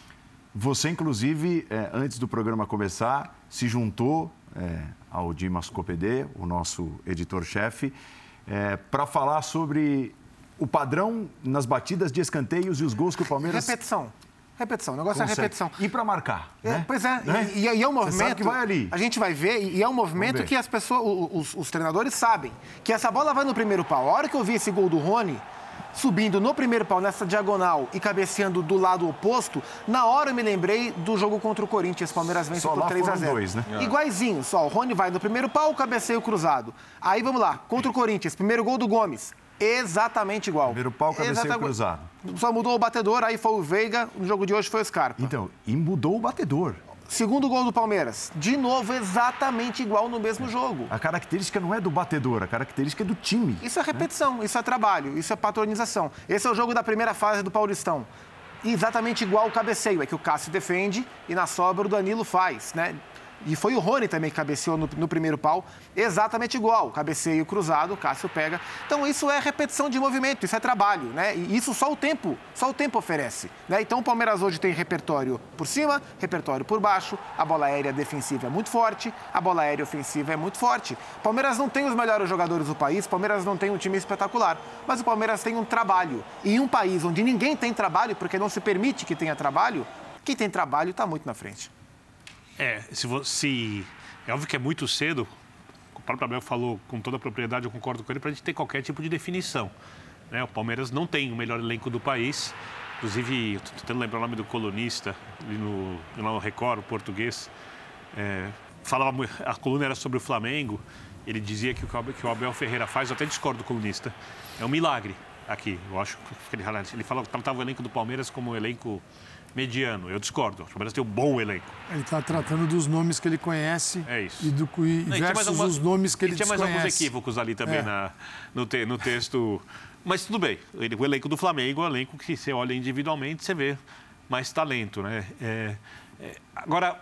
Você, inclusive, é, antes do programa começar, se juntou é, ao Dimas Copedê, o nosso editor-chefe, É, para falar sobre o padrão nas batidas de escanteios e os gols que o Palmeiras... Repetição. Repetição. O negócio consegue. é repetição. E para marcar, é, né? Pois é. Né? E, e é um movimento... Você sabe que vai ali. A gente vai ver, e é um movimento que as pessoas, os, os treinadores sabem, que essa bola vai no primeiro pau. A hora que eu vi esse gol do Rony, subindo no primeiro pau, nessa diagonal e cabeceando do lado oposto, na hora eu me lembrei do jogo contra o Corinthians. Palmeiras vence por três a zero. Dois, né? Iguaizinho, só. O Rony vai no primeiro pau, cabeceio cruzado. Aí vamos lá, contra o Corinthians, primeiro gol do Gomes. Exatamente igual. Primeiro pau, cabeceio Exatamente. cruzado. Só mudou o batedor, aí foi o Veiga, no jogo de hoje foi o Scarpa. Então, e mudou o batedor. Segundo gol do Palmeiras, de novo, exatamente igual no mesmo jogo. A característica não é do batedor, a característica é do time. Isso é repetição, né? Isso é trabalho, isso é patronização. Esse é o jogo da primeira fase do Paulistão. Exatamente igual o cabeceio, é que o Cássio defende e na sobra o Danilo faz, né? E foi o Rony também que cabeceou no, no primeiro pau, exatamente igual. Cabeceio cruzado, o Cássio pega. Então, isso é repetição de movimento, isso é trabalho, né? E isso só o tempo, só o tempo oferece, né? Então, o Palmeiras hoje tem repertório por cima, repertório por baixo, a bola aérea defensiva é muito forte, a bola aérea ofensiva é muito forte. O Palmeiras não tem os melhores jogadores do país, o Palmeiras não tem um time espetacular, mas o Palmeiras tem um trabalho. E em um país onde ninguém tem trabalho, porque não se permite que tenha trabalho, quem tem trabalho está muito na frente. É, se, se é óbvio que é muito cedo, o próprio Abel falou com toda a propriedade, eu concordo com ele, para a gente ter qualquer tipo de definição. Né? O Palmeiras não tem o melhor elenco do país, inclusive, estou tentando lembrar o nome do colunista, ali no, no Record, o português, é, falava, a coluna era sobre o Flamengo, ele dizia que o que o Abel Ferreira faz, eu até discordo do colunista, é um milagre aqui. Eu acho que ele, ele fala, tratava o elenco do Palmeiras como um elenco mediano. Eu discordo. O Palmeiras tem um bom elenco. Ele está tratando dos nomes que ele conhece. É isso. E, do, e não, versus alguma, os nomes que ele desconhece. Tinha mais alguns equívocos ali também é. na, no, te, no texto. Mas tudo bem. O elenco do Flamengo é um elenco que você olha individualmente, você vê mais talento, né? É, é, agora,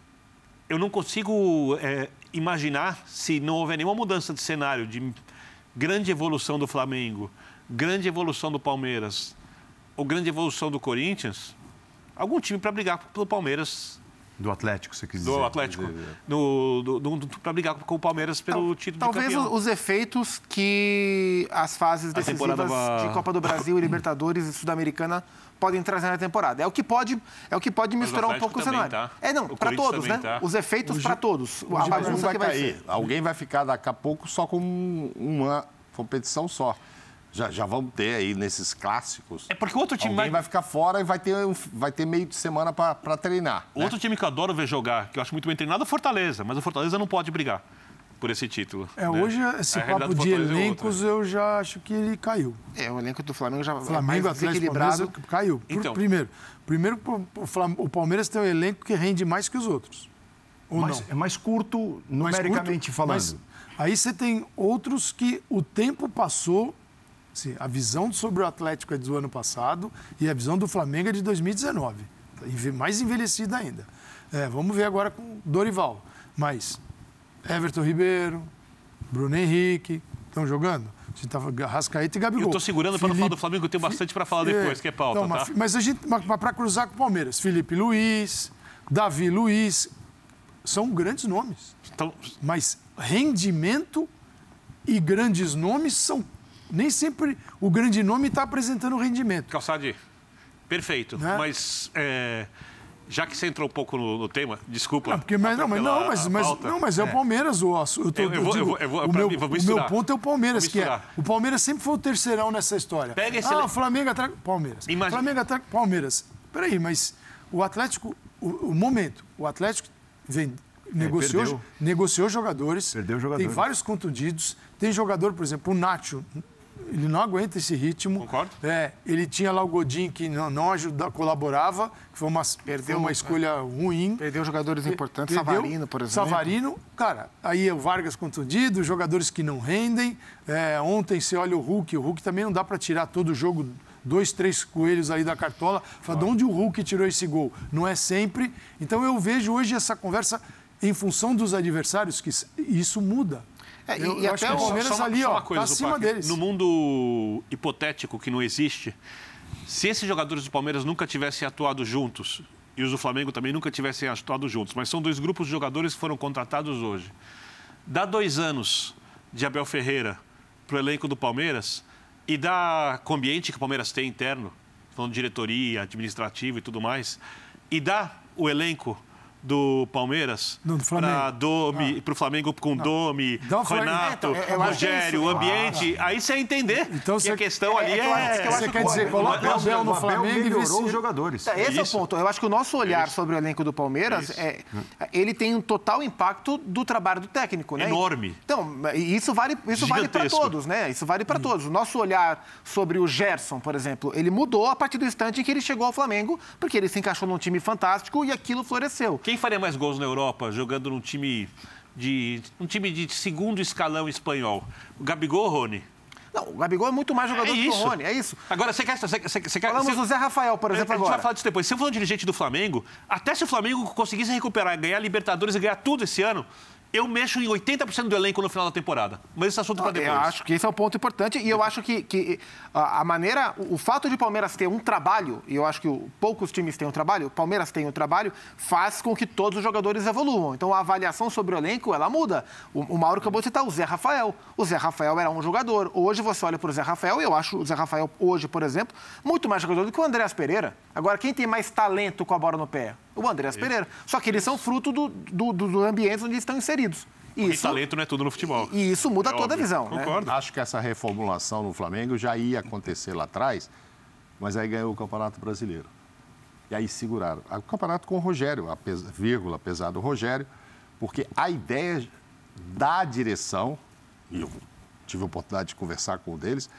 eu não consigo é, imaginar, se não houver nenhuma mudança de cenário, de grande evolução do Flamengo, grande evolução do Palmeiras ou grande evolução do Corinthians, algum time para brigar pelo Palmeiras. Do Atlético, você quis dizer. Do Atlético. Do, do, do, do, para brigar com o Palmeiras pelo título Talvez de campeão. Talvez os efeitos que as fases decisivas de Copa do Brasil, Libertadores e Sul-Americana podem trazer na temporada. É o que pode, é o que pode misturar um pouco o cenário. Tá. É, não, para todos, né? Tá. Os efeitos para todos. O a bagunça vai, vai cair. Ser. Alguém vai ficar daqui a pouco só com uma competição só. Já, já vamos ter aí nesses clássicos. É porque o outro time Alguém vai... vai ficar fora e vai ter, vai ter meio de semana para treinar. O né? outro time que eu adoro ver jogar, que eu acho muito bem treinado, é o Fortaleza. Mas o Fortaleza não pode brigar por esse título. É, né? Hoje esse papo de elencos é eu já acho que ele caiu. É, o elenco do Flamengo já Flamengo, é mais desequilibrado. Caiu. Então, primeiro, primeiro, o Palmeiras tem um elenco que rende mais que os outros. Ou mais, não? É mais curto, numericamente mais curto, falando. Mas, aí você tem outros que o tempo passou... Sim, a visão sobre o Atlético é do ano passado e a visão do Flamengo é de dois mil e dezenove. Mais envelhecida ainda. É, vamos ver agora com o Dorival. Mas Everton Ribeiro, Bruno Henrique estão jogando. A gente tava Arrascaeta e Gabigol. Eu tô segurando para não falar do Flamengo, eu tenho bastante para falar depois, é, que é pauta, então, tá? Mas, mas a gente, para cruzar com o Palmeiras, Felipe Luiz, Davi Luiz, são grandes nomes. Então... Mas rendimento e grandes nomes são... Nem sempre o grande nome está apresentando rendimento. Calçade, perfeito. Né? Mas... É... Já que você entrou um pouco no, no tema, desculpa. Não, porque, mas, não, mas, não, mas, mas, não, mas é, é o Palmeiras. O, eu tô, eu, eu, vou, digo, eu, vou, eu vou, o, meu, mim, o meu ponto é o Palmeiras, que é. O Palmeiras sempre foi o terceirão nessa história. Pega esse ah, o Flamengo atrás. Palmeiras. Imagina. Flamengo atrás. Palmeiras. Peraí, mas o Atlético, o, o momento, o Atlético vem, negociou, é, negociou jogadores. Perdeu jogadores. Tem vários contundidos. Tem jogador, por exemplo, o Nacho. Ele não aguenta esse ritmo. Concordo. É, ele tinha lá o Godin, que não, não ajuda, colaborava, que foi uma, perdeu, foi uma escolha ruim. Perdeu jogadores importantes, perdeu, Savarino, por exemplo. Savarino, cara, aí o Vargas contundido, jogadores que não rendem. É, ontem você olha o Hulk, o Hulk também não dá para tirar todo o jogo, dois, três coelhos ali da cartola. Fala, de onde o Hulk tirou esse gol? Não é sempre. Então eu vejo hoje essa conversa em função dos adversários, que isso muda. É, eu, e eu até acho que o Palmeiras só, ali, só ó, coisa, tá acima deles. No mundo hipotético que não existe, se esses jogadores do Palmeiras nunca tivessem atuado juntos, e os do Flamengo também nunca tivessem atuado juntos, mas são dois grupos de jogadores que foram contratados hoje. Dá dois anos de Abel Ferreira para o elenco do Palmeiras e dá com o ambiente que o Palmeiras tem interno, falando de diretoria, administrativo e tudo mais, e dá o elenco do Palmeiras para Domi, ah. para o Flamengo com não. Domi, não, Renato, é, então, Rogério, o ambiente. Ah. Aí você ia entender então, que a questão é, ali é... é que você quer dizer, coloca o Abel no Flamengo e melhorou os jogadores. Tá, esse Isso. é o ponto. Eu acho que o nosso olhar Isso. sobre o elenco do Palmeiras, é, ele tem um total impacto do trabalho do técnico. Né? Enorme. Então, isso vale, isso vale para todos, né? Isso vale para hum. todos. O nosso olhar sobre o Gerson, por exemplo, ele mudou a partir do instante em que ele chegou ao Flamengo, porque ele se encaixou num time fantástico e aquilo floresceu. Quem faria mais gols na Europa jogando num time de um time de segundo escalão espanhol? O Gabigol ou o Rony? Não, o Gabigol é muito mais jogador é do que o Rony, é isso. Agora, você quer... Você, você, você Falamos quer, do Zé Rafael, por exemplo, a gente agora. vai falar disso depois. Se eu for um dirigente do Flamengo, até se o Flamengo conseguisse recuperar, ganhar Libertadores e ganhar tudo esse ano, eu mexo em oitenta por cento do elenco no final da temporada. Mas esse assunto para depois. Eu acho que esse é um ponto importante e eu acho que, que a maneira... O fato de o Palmeiras ter um trabalho, e eu acho que poucos times têm um trabalho, o Palmeiras tem um trabalho, faz com que todos os jogadores evoluam. Então, a avaliação sobre o elenco, ela muda. O, o Mauro acabou de citar o Zé Rafael. O Zé Rafael era um jogador. Hoje, você olha para o Zé Rafael, e eu acho o Zé Rafael, hoje, por exemplo, muito mais jogador do que o Andréas Pereira. Agora, quem tem mais talento com a bola no pé? O Andréas Isso. Pereira. Só que eles são fruto do, do, do ambiente onde estão inseridos. Isso, e talento não é tudo no futebol. E isso muda é toda óbvio. a visão. Concordo. Né? Acho que essa reformulação no Flamengo já ia acontecer lá atrás, mas aí ganhou o Campeonato Brasileiro. E aí seguraram. O campeonato com o Rogério, apesar, vírgula, apesar do Rogério, porque a ideia da direção, e eu tive a oportunidade de conversar com um deles,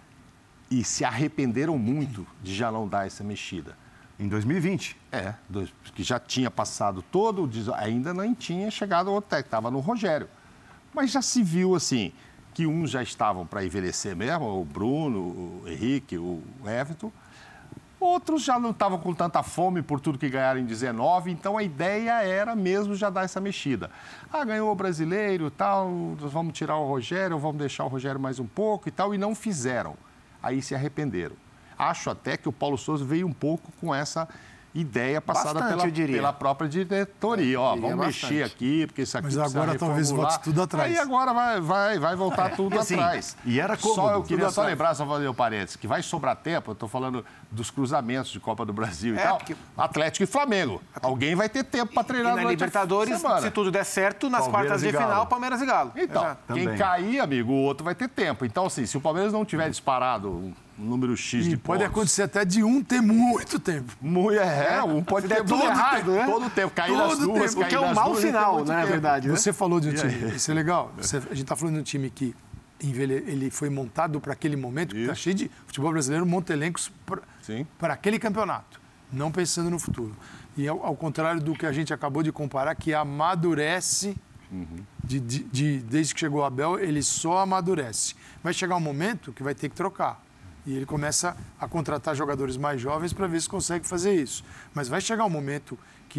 e se arrependeram muito de já não dar essa mexida. Em dois mil e vinte? É, dois, que já tinha passado todo o... Ainda não tinha chegado ao outro técnico, estava no Rogério. Mas já se viu, assim, que uns já estavam para envelhecer mesmo, o Bruno, o Henrique, o Everton. Outros já não estavam com tanta fome por tudo que ganharam em dezenove, então a ideia era mesmo já dar essa mexida. Ah, ganhou o brasileiro e tal, vamos tirar o Rogério, vamos deixar o Rogério mais um pouco e tal, e não fizeram. Aí se arrependeram. Acho até que o Paulo Sousa veio um pouco com essa ideia passada bastante, pela, pela própria diretoria. É, Ó, vamos bastante. mexer aqui, porque isso aqui Mas agora talvez volte tudo atrás. Aí agora vai, vai, vai voltar é, tudo assim, atrás. E era como? Só eu queria só lembrar, só fazer o parênteses, que vai sobrar tempo, eu estou falando dos cruzamentos de Copa do Brasil e é, tal, porque... Atlético e Flamengo. Alguém vai ter tempo para treinar e na Libertadores, se tudo der certo, nas Palmeiras quartas de final, Palmeiras e Galo. Então, Exato. quem Também. cair, amigo, o outro vai ter tempo. Então, assim, se o Palmeiras não tiver disparado um número X e de pode pontos... acontecer até de um ter muito tempo. Muito, é, um pode ter tudo errado, tempo, né? Todo o tempo, cair todo nas duas, tempo, cair que é um mau sinal, né, na verdade. Você né? falou de um time, isso é legal. Você, a gente está falando de um time que ele foi montado para aquele momento, que está cheio de futebol brasileiro, monta elencos para aquele campeonato, não pensando no futuro. E ao, ao contrário do que a gente acabou de comparar, que amadurece, uhum. de, de, de, desde que chegou o Abel, ele só amadurece. Vai chegar um momento que vai ter que trocar. E ele começa a contratar jogadores mais jovens para ver se consegue fazer isso. Mas vai chegar um momento que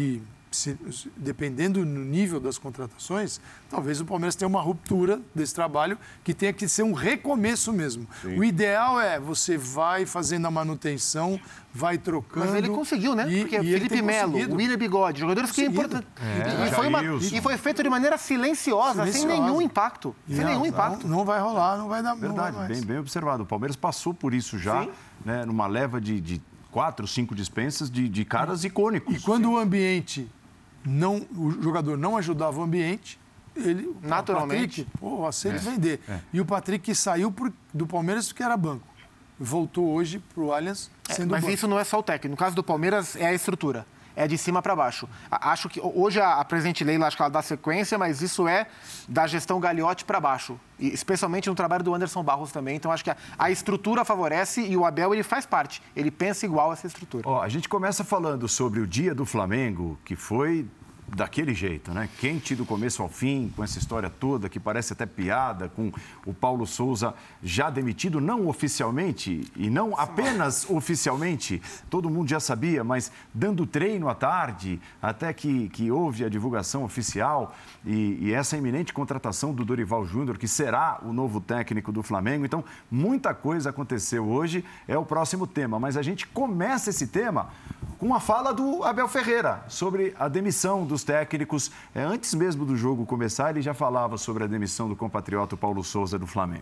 se, dependendo do nível das contratações, talvez o Palmeiras tenha uma ruptura desse trabalho que tenha que ser um recomeço mesmo. Sim. O ideal é você vai fazendo a manutenção, vai trocando. Mas ele conseguiu, né? E, Porque e Felipe Melo, William Bigode, jogadores que é importante. É, e, foi uma, e foi feito de maneira silenciosa, silenciosa. sem nenhum impacto. E sem não, nenhum impacto. Não, não vai rolar, não vai dar. Verdade, não vai bem, bem observado. O Palmeiras passou por isso já, né, numa leva de, de quatro, cinco dispensas de, de caras icônicos. E quando Sim. o ambiente, não, o jogador não ajudava o ambiente, ele, naturalmente, o Patrick, pô, aceita é. vender. É. E o Patrick saiu por, do Palmeiras porque era banco. Voltou hoje para o Allianz sendo é, Mas banco. isso não é só o técnico. No caso do Palmeiras, é a estrutura. É de cima para baixo. Acho que hoje a, a presidente Leila, acho que ela dá sequência, mas isso é da gestão Gagliotti para baixo. E especialmente no trabalho do Anderson Barros também. Então acho que a, a estrutura favorece e o Abel ele faz parte. Ele pensa igual a essa estrutura. Ó, a gente começa falando sobre o dia do Flamengo, que foi daquele jeito, né? Quente do começo ao fim, com essa história toda, que parece até piada, com o Paulo Souza já demitido, não oficialmente, e não apenas oficialmente, todo mundo já sabia, mas dando treino à tarde, até que, que houve a divulgação oficial e, e essa iminente contratação do Dorival Júnior, que será o novo técnico do Flamengo. Então, muita coisa aconteceu hoje, é o próximo tema, mas a gente começa esse tema com a fala do Abel Ferreira sobre a demissão dos técnicos. É, antes mesmo do jogo começar, ele já falava sobre a demissão do compatriota Paulo Souza do Flamengo.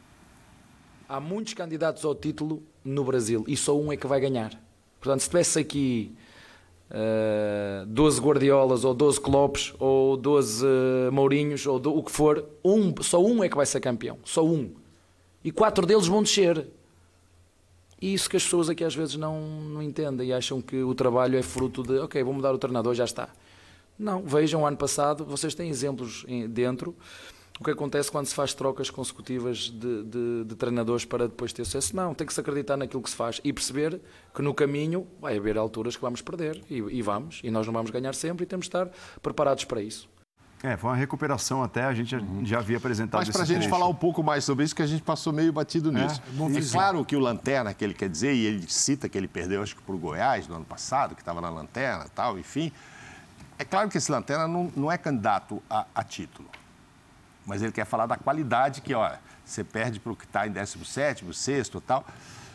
Há muitos candidatos ao título no Brasil e só um é que vai ganhar. Portanto, se tivesse aqui uh, doze Guardiolas ou doze Kloppes ou doze uh, Mourinhos ou do, o que for, um, só um é que vai ser campeão. Só um. E quatro deles vão descer. E isso que as pessoas aqui às vezes não, não entendem e acham que o trabalho é fruto de, ok, vou mudar o treinador, já está. Não, vejam o ano passado, vocês têm exemplos dentro, o que acontece quando se faz trocas consecutivas de, de, de treinadores para depois ter sucesso. Não, tem que se acreditar naquilo que se faz e perceber que no caminho vai haver alturas que vamos perder e, e vamos, e nós não vamos ganhar sempre e temos de estar preparados para isso. É, foi uma recuperação até, a gente uhum. já havia apresentado Mas para a gente trecho. falar um pouco mais sobre isso, que a gente passou meio batido nisso. É, é claro que o Lanterna, que ele quer dizer, e ele cita que ele perdeu, acho que para o Goiás, no ano passado, que estava na Lanterna e tal, enfim. É claro que esse Lanterna não, não é candidato a, a título. Mas ele quer falar da qualidade que, olha, você perde para o que está em décimo sétimo, sexto e tal.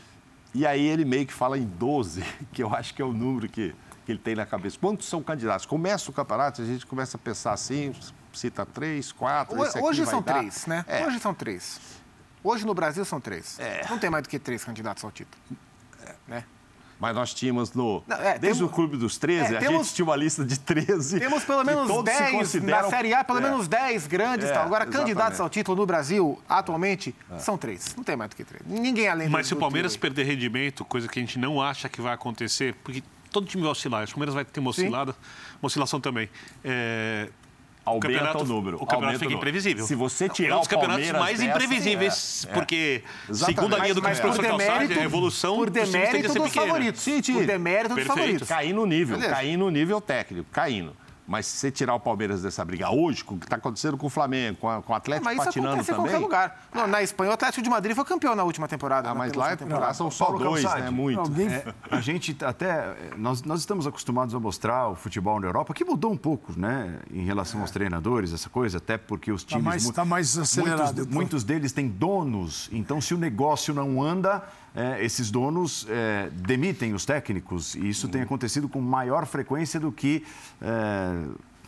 E aí ele meio que fala em doze, que eu acho que é o número que... que ele tem na cabeça. Quantos são candidatos? Começa o campeonato, a gente começa a pensar assim, cita três, quatro... Hoje, hoje são dar. três, né? É. Hoje são três. Hoje no Brasil são três. É. Não tem mais do que três candidatos ao título. É. Né? Mas nós tínhamos no... Não, é, desde temos, o Clube dos treze, é, a temos, gente tinha uma lista de treze. Temos pelo menos dez, consideram... na Série A, pelo é. menos dez grandes. É, tal. Agora, exatamente. Candidatos ao título no Brasil, atualmente, é. são três. Não tem mais do que três. Ninguém além Mas do, se o Palmeiras do perder rendimento, coisa que a gente não acha que vai acontecer, porque todo time vai oscilar. O Palmeiras vai ter uma oscilada, uma oscilação também. É... Aumenta o, o número. O campeonato Aumenta fica imprevisível. Se você tirar é um o dos campeonatos mais dessa, imprevisíveis, é, é. porque, Exatamente. segundo a linha do que o professor Calçade, a evolução por demérito dos favoritos. Sim, sim. Por demérito dos favoritos. Cair no nível, Beleza. cair no nível técnico, caindo. Mas se você tirar o Palmeiras dessa briga hoje, com o que está acontecendo com o Flamengo, com, a, com o Atlético mas patinando isso também... Mas isso acontece em qualquer lugar. Não, na Espanha, o Atlético de Madrid foi campeão na última temporada. Ah, mas lá, lá são só Paulo dois, Calçade, né? Muito. Alguém... É, a gente até... Nós, nós estamos acostumados a mostrar o futebol na Europa, que mudou um pouco, né? Em relação é. aos treinadores, essa coisa, até porque os times... Está mais, tá mais acelerado. Muitos, muitos deles têm donos, então se o negócio não anda... É, esses donos é, demitem os técnicos e isso hum. tem acontecido com maior frequência do que é,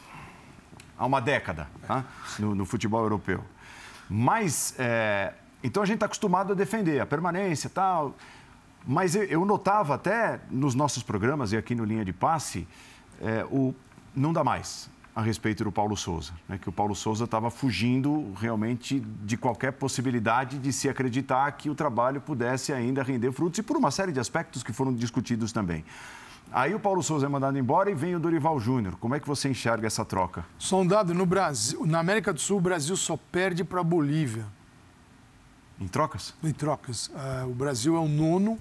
há uma década, tá? no, no futebol europeu. Mas, é, então a gente está acostumado a defender a permanência e tal, mas eu, eu notava até nos nossos programas e aqui no Linha de Passe, é, o não dá mais a respeito do Paulo Souza, né? Que o Paulo Souza estava fugindo realmente de qualquer possibilidade de se acreditar que o trabalho pudesse ainda render frutos e por uma série de aspectos que foram discutidos também. Aí o Paulo Souza é mandado embora e vem o Dorival Júnior. Como é que você enxerga essa troca? Só um dado, no Brasil, na América do Sul, o Brasil só perde para a Bolívia. Em trocas? Em trocas. Uh, o Brasil é o nono.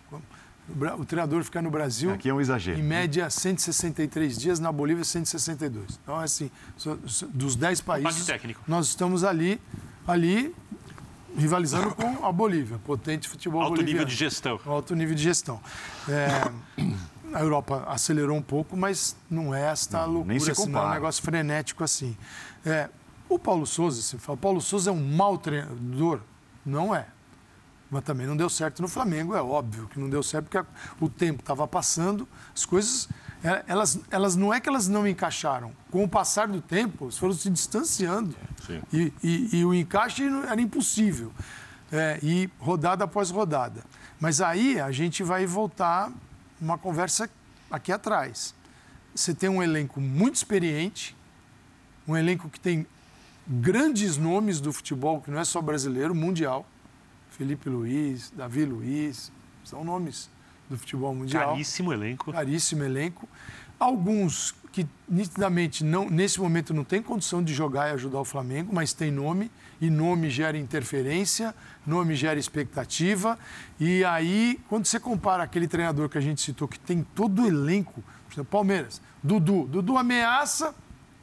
O treinador fica no Brasil, aqui é um exagero, em média, cento e sessenta e três dias, na Bolívia, cento e sessenta e dois. Então, assim, dos dez países, nós estamos ali, ali rivalizando com a Bolívia, potente futebol alto boliviano. Alto nível de gestão. Alto nível de gestão. É, a Europa acelerou um pouco, mas não é esta não, loucura, assim, não é um negócio frenético assim. É, o Paulo Sousa, você fala, Paulo Sousa é um mau treinador? Não é. Mas também não deu certo no Flamengo, é óbvio que não deu certo, porque o tempo estava passando, as coisas, elas, elas não é que elas não encaixaram. Com o passar do tempo, elas foram se distanciando. Sim. E, e, e o encaixe era impossível. É, e rodada após rodada. Mas aí a gente vai voltar uma conversa aqui atrás. Você tem um elenco muito experiente, um elenco que tem grandes nomes do futebol, que não é só brasileiro, mundial. Felipe Luiz, Davi Luiz, são nomes do futebol mundial. Caríssimo elenco. Caríssimo elenco. Alguns que nitidamente não, nesse momento não tem condição de jogar e ajudar o Flamengo, mas tem nome, e nome gera interferência, nome gera expectativa. E aí, quando você compara aquele treinador que a gente citou, que tem todo o elenco, por exemplo, Palmeiras, Dudu, Dudu ameaça.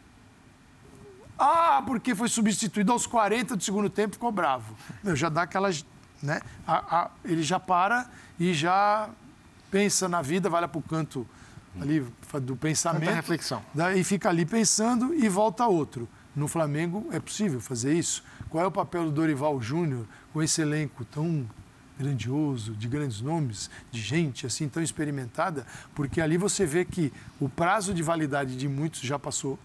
Ah, porque foi substituído aos quarenta do segundo tempo, ficou bravo. Meu, já dá aquelas, né? A, a, ele já para e já pensa na vida, vai lá para o canto ali do pensamento. Tanta reflexão. Daí fica ali pensando e volta a outro. No Flamengo é possível fazer isso. Qual é o papel do Dorival Júnior com esse elenco tão grandioso, de grandes nomes, de gente assim tão experimentada? Porque ali você vê que o prazo de validade de muitos já passou.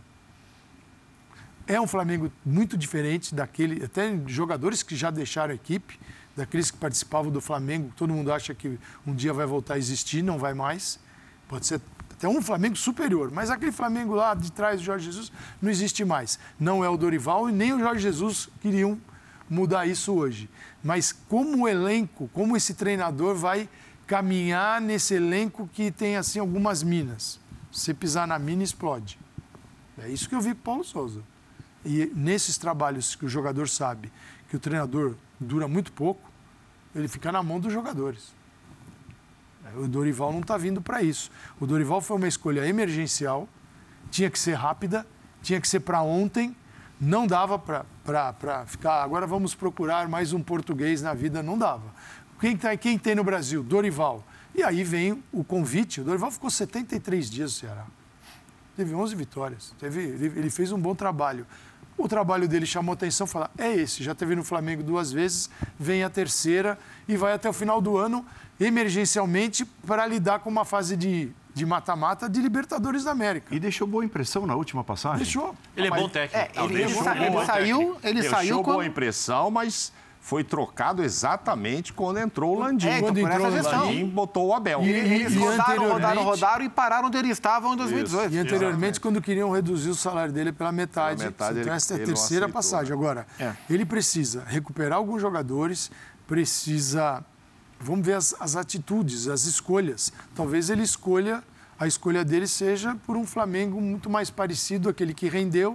É um Flamengo muito diferente daquele, até jogadores que já deixaram a equipe, daqueles que participavam do Flamengo, todo mundo acha que um dia vai voltar a existir, não vai mais. Pode ser até um Flamengo superior, mas aquele Flamengo lá de trás do Jorge Jesus não existe mais. Não é o Dorival e nem o Jorge Jesus queriam mudar isso hoje. Mas como o elenco, como esse treinador vai caminhar nesse elenco que tem assim algumas minas. Se pisar na mina, explode. É isso que eu vi com o Paulo Sousa. E nesses trabalhos que o jogador sabe que o treinador dura muito pouco, ele fica na mão dos jogadores. O Dorival não está vindo para isso. O Dorival foi uma escolha emergencial, tinha que ser rápida, tinha que ser para ontem, não dava para ficar, agora vamos procurar mais um português na vida, não dava. Quem, tá, quem tem no Brasil? Dorival. E aí vem o convite, o Dorival ficou setenta e três dias no Ceará. Teve onze vitórias, teve, ele, ele fez um bom trabalho. O trabalho dele chamou atenção, falar, é esse, já teve no Flamengo duas vezes, vem a terceira e vai até o final do ano, emergencialmente, para lidar com uma fase de de mata-mata de Libertadores da América. E deixou boa impressão na última passagem? Deixou. Ele é bom técnico. É, ele, ele, sa ele, ele saiu, ele deixou saiu boa quando... impressão, mas foi trocado exatamente quando entrou o Landim. É, então, quando entrou o gestão. Landim botou o Abel. E, Eles e rodaram, rodaram, rodaram e pararam onde eles estavam em dois mil e dezoito. E anteriormente, exatamente, quando queriam reduzir o salário dele pela metade. Pela metade então, ele, essa é a ele terceira aceitou, passagem. né? Agora, é. ele precisa recuperar alguns jogadores, precisa... Vamos ver as, as atitudes, as escolhas. Talvez ele escolha... A escolha dele seja por um Flamengo muito mais parecido àquele que rendeu,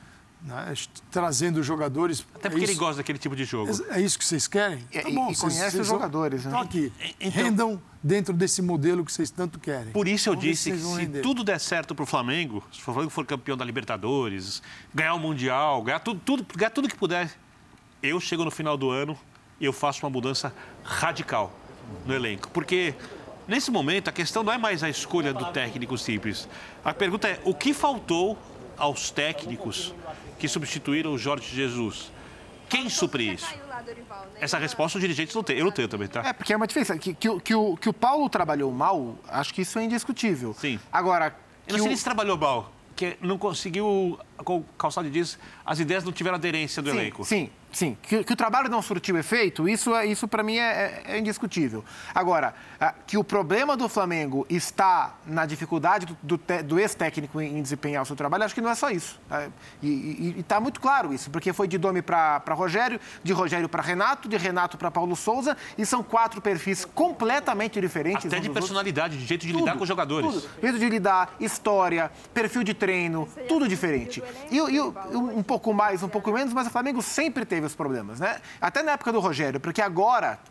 né, trazendo jogadores... Até porque é ele gosta daquele tipo de jogo. É isso que vocês querem? É, tá e, bom, e vocês, conhece vocês os jogadores. Estão Né? aqui. Então, rendam dentro desse modelo que vocês tanto querem. Por isso eu Vamos ver disse que se se tudo der certo para o Flamengo, se o Flamengo for campeão da Libertadores, ganhar o Mundial, ganhar tudo, tudo, ganhar tudo que puder, eu chego no final do ano e eu faço uma mudança radical no elenco. Porque... Nesse momento, a questão não é mais a escolha do técnico simples. A pergunta é, o que faltou aos técnicos que substituíram o Jorge Jesus? Quem supre isso? Essa resposta os dirigentes não têm. Eu não tenho também, tá? É, porque é uma diferença. Que, que, que, o, que o Paulo trabalhou mal, acho que isso é indiscutível. Sim. Agora... Eu não sei o... se trabalhou mal, que não conseguiu, como o Calçado diz, as ideias não tiveram aderência do sim, elenco. Sim, sim. Que, que o trabalho não surtiu efeito, isso, é, isso para mim é, é, é indiscutível. Agora, que o problema do Flamengo está na dificuldade do, do, do ex-técnico em, em desempenhar o seu trabalho, acho que não é só isso. Tá? E está muito claro isso, porque foi de Domi para Rogério, de Rogério para Renato, de Renato para Paulo Sousa, e são quatro perfis completamente diferentes. Até de personalidade, outros. de jeito de tudo, lidar com os jogadores. Tudo. Jeito de lidar, história, perfil de treino, tudo diferente. E, e um pouco mais, um pouco menos, mas o Flamengo sempre teve os problemas, né? Até na época do Rogério, porque agora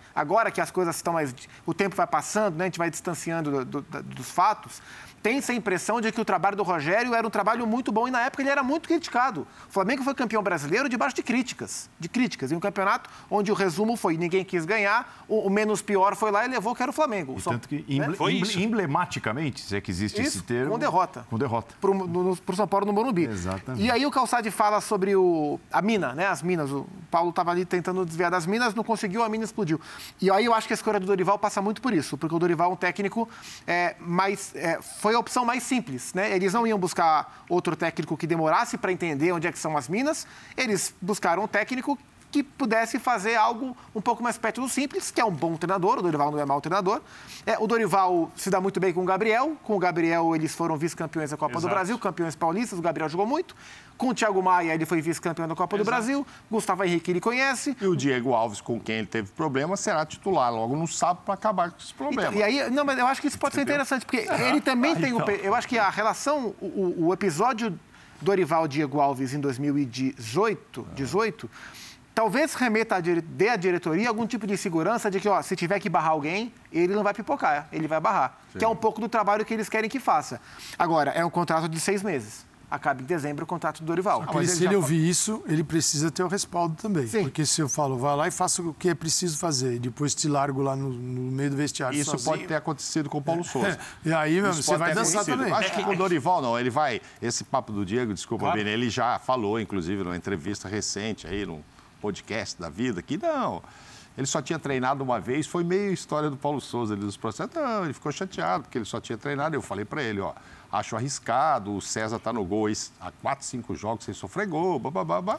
agora que as coisas estão mais... O tempo vai passando, né? A gente vai distanciando do, do, dos fatos... Tem-se a impressão de que o trabalho do Rogério era um trabalho muito bom e, na época, ele era muito criticado. O Flamengo foi campeão brasileiro debaixo de críticas. De críticas. Em um campeonato onde o resumo foi ninguém quis ganhar, o, o menos pior foi lá e levou que era o Flamengo. E Só, tanto que, né? emble, Foi emble, isso. emblematicamente, se é que existe Isso, esse termo... com derrota. Com derrota. Para o São Paulo no Morumbi. Exatamente. E aí o Calçade fala sobre o, a mina, né? As minas. O Paulo estava ali tentando desviar das minas, não conseguiu, a mina explodiu. E aí eu acho que a escolha do Dorival passa muito por isso, porque o Dorival é um técnico é, mais... É, foi a opção mais simples. Né? Eles não iam buscar outro técnico que demorasse para entender onde é que são as minas, eles buscaram um técnico que pudesse fazer algo um pouco mais perto do simples, que é um bom treinador, o Dorival não é mau treinador. É, o Dorival se dá muito bem com o Gabriel, com o Gabriel eles foram vice-campeões da Copa Exato. do Brasil, campeões paulistas, o Gabriel jogou muito. Com o Thiago Maia ele foi vice-campeão da Copa Exato. do Brasil, Gustavo Henrique ele conhece. E o Diego Alves, com quem ele teve problema, será titular logo no sábado para acabar com esse problema. Então, e aí, não, mas eu acho que isso pode ser interessante, porque ele também tem o... Eu acho que a relação, o, o episódio Dorival Diego Alves em dois mil e dezoito, dezoito, talvez remeta a dire... dê à diretoria algum tipo de segurança de que, ó, se tiver que barrar alguém, ele não vai pipocar, ele vai barrar. Sim. Que é um pouco do trabalho que eles querem que faça. Agora, é um contrato de seis meses. Acaba em dezembro o contrato do Dorival. Porque se ele ouvir isso, ele precisa ter o respaldo também. Sim. Porque se eu falo, vai lá e faça o que é preciso fazer, e depois te largo lá no, no meio do vestiário Isso sozinho. pode ter acontecido com o Paulo Souza. E aí, meu, Isso você pode vai ter dançar acontecido. também. Acho que com o Dorival, não. Ele vai... Esse papo do Diego, desculpa, Claro. Beni, ele já falou, inclusive, numa entrevista recente aí, num podcast da vida, que não... Ele só tinha treinado uma vez, foi meio história do Paulo Souza ali dos processos. Não, ele ficou chateado, porque ele só tinha treinado. Eu falei para ele, ó, acho arriscado, o César tá no gol há quatro, cinco jogos sem sofrer gol, babá.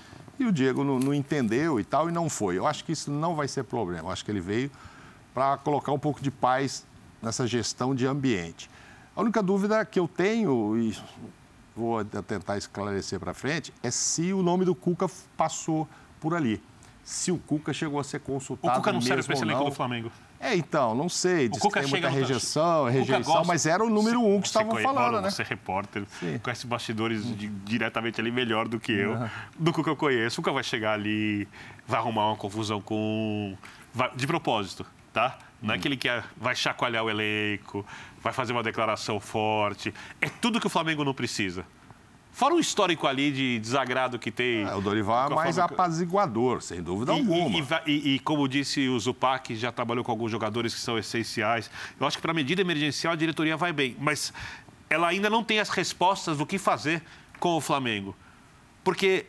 E o Diego não, não entendeu e tal, e não foi. Eu acho que isso não vai ser problema. Eu acho que ele veio para colocar um pouco de paz nessa gestão de ambiente. A única dúvida que eu tenho, e vou tentar esclarecer para frente, é se o nome do Cuca passou por ali. Se o Cuca chegou a ser consultado. O Cuca não serve mesmo para esse ou elenco não. do Flamengo. É, então, não sei. Diz O Cuca que tem chega muita no- rejeição, O Cuca rejeição, gosta- mas era o número um que Você estavam conhe- falando, Mauro, né? Você é repórter, Sim. conhece bastidores de- diretamente ali melhor do que eu, do que eu conheço. O Cuca vai chegar ali, vai arrumar uma confusão com... vai- de propósito, tá? Não é que ele quer, vai chacoalhar o elenco, vai fazer uma declaração forte. É tudo que o Flamengo não precisa. Fora o histórico ali de desagrado que tem... É, o Dorival é com a mais forma que- apaziguador, sem dúvida E, alguma. e, e va- e- e como disse o Zupac, já trabalhou com alguns jogadores que são essenciais. Eu acho que para a medida emergencial a diretoria vai bem, mas ela ainda não tem as respostas do que fazer com o Flamengo. Porque,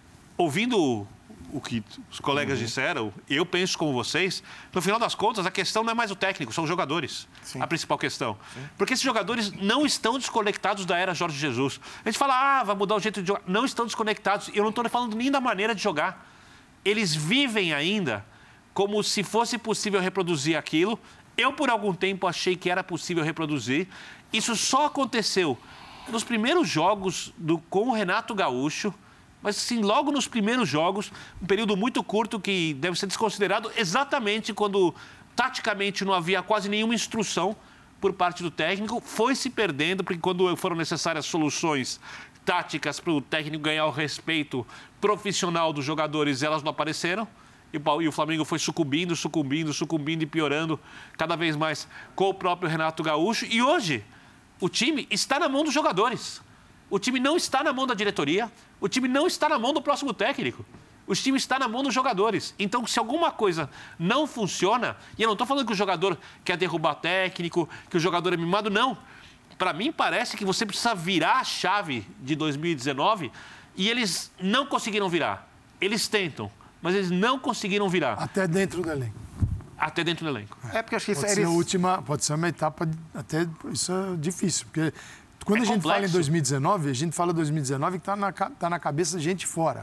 ouvindo o que os colegas Uhum. disseram, eu penso como vocês, no final das contas a questão não é mais o técnico, são os jogadores. Sim. A principal questão. Porque esses jogadores não estão desconectados da era Jorge Jesus. A gente fala, ah, vai mudar o jeito de jogar. Não estão desconectados. Eu não estou falando nem da maneira de jogar. Eles vivem ainda como se fosse possível reproduzir aquilo. Eu, por algum tempo, achei que era possível reproduzir. Isso só aconteceu nos primeiros jogos do, com o Renato Gaúcho, mas sim, logo nos primeiros jogos, um período muito curto que deve ser desconsiderado exatamente quando, taticamente, não havia quase nenhuma instrução por parte do técnico, foi se perdendo, porque quando foram necessárias soluções táticas para o técnico ganhar o respeito profissional dos jogadores, elas não apareceram. E o Pau- e o Flamengo foi sucumbindo, sucumbindo, sucumbindo e piorando cada vez mais com o próprio Renato Gaúcho. E hoje, o time está na mão dos jogadores. O time não está na mão da diretoria. O time não está na mão do próximo técnico. O time está na mão dos jogadores. Então, se alguma coisa não funciona, e eu não estou falando que o jogador quer derrubar técnico, que o jogador é mimado, não. Para mim, parece que você precisa virar a chave de dois mil e dezenove e eles não conseguiram virar. Eles tentam, mas eles não conseguiram virar Até dentro do elenco. até dentro do elenco. É porque acho que isso Pode eles... ser a última, pode ser uma etapa, de- até isso é difícil, porque quando É a gente fala em complexo. dois mil e dezenove, a gente fala dois mil e dezenove que está na, ca- tá na cabeça de gente fora.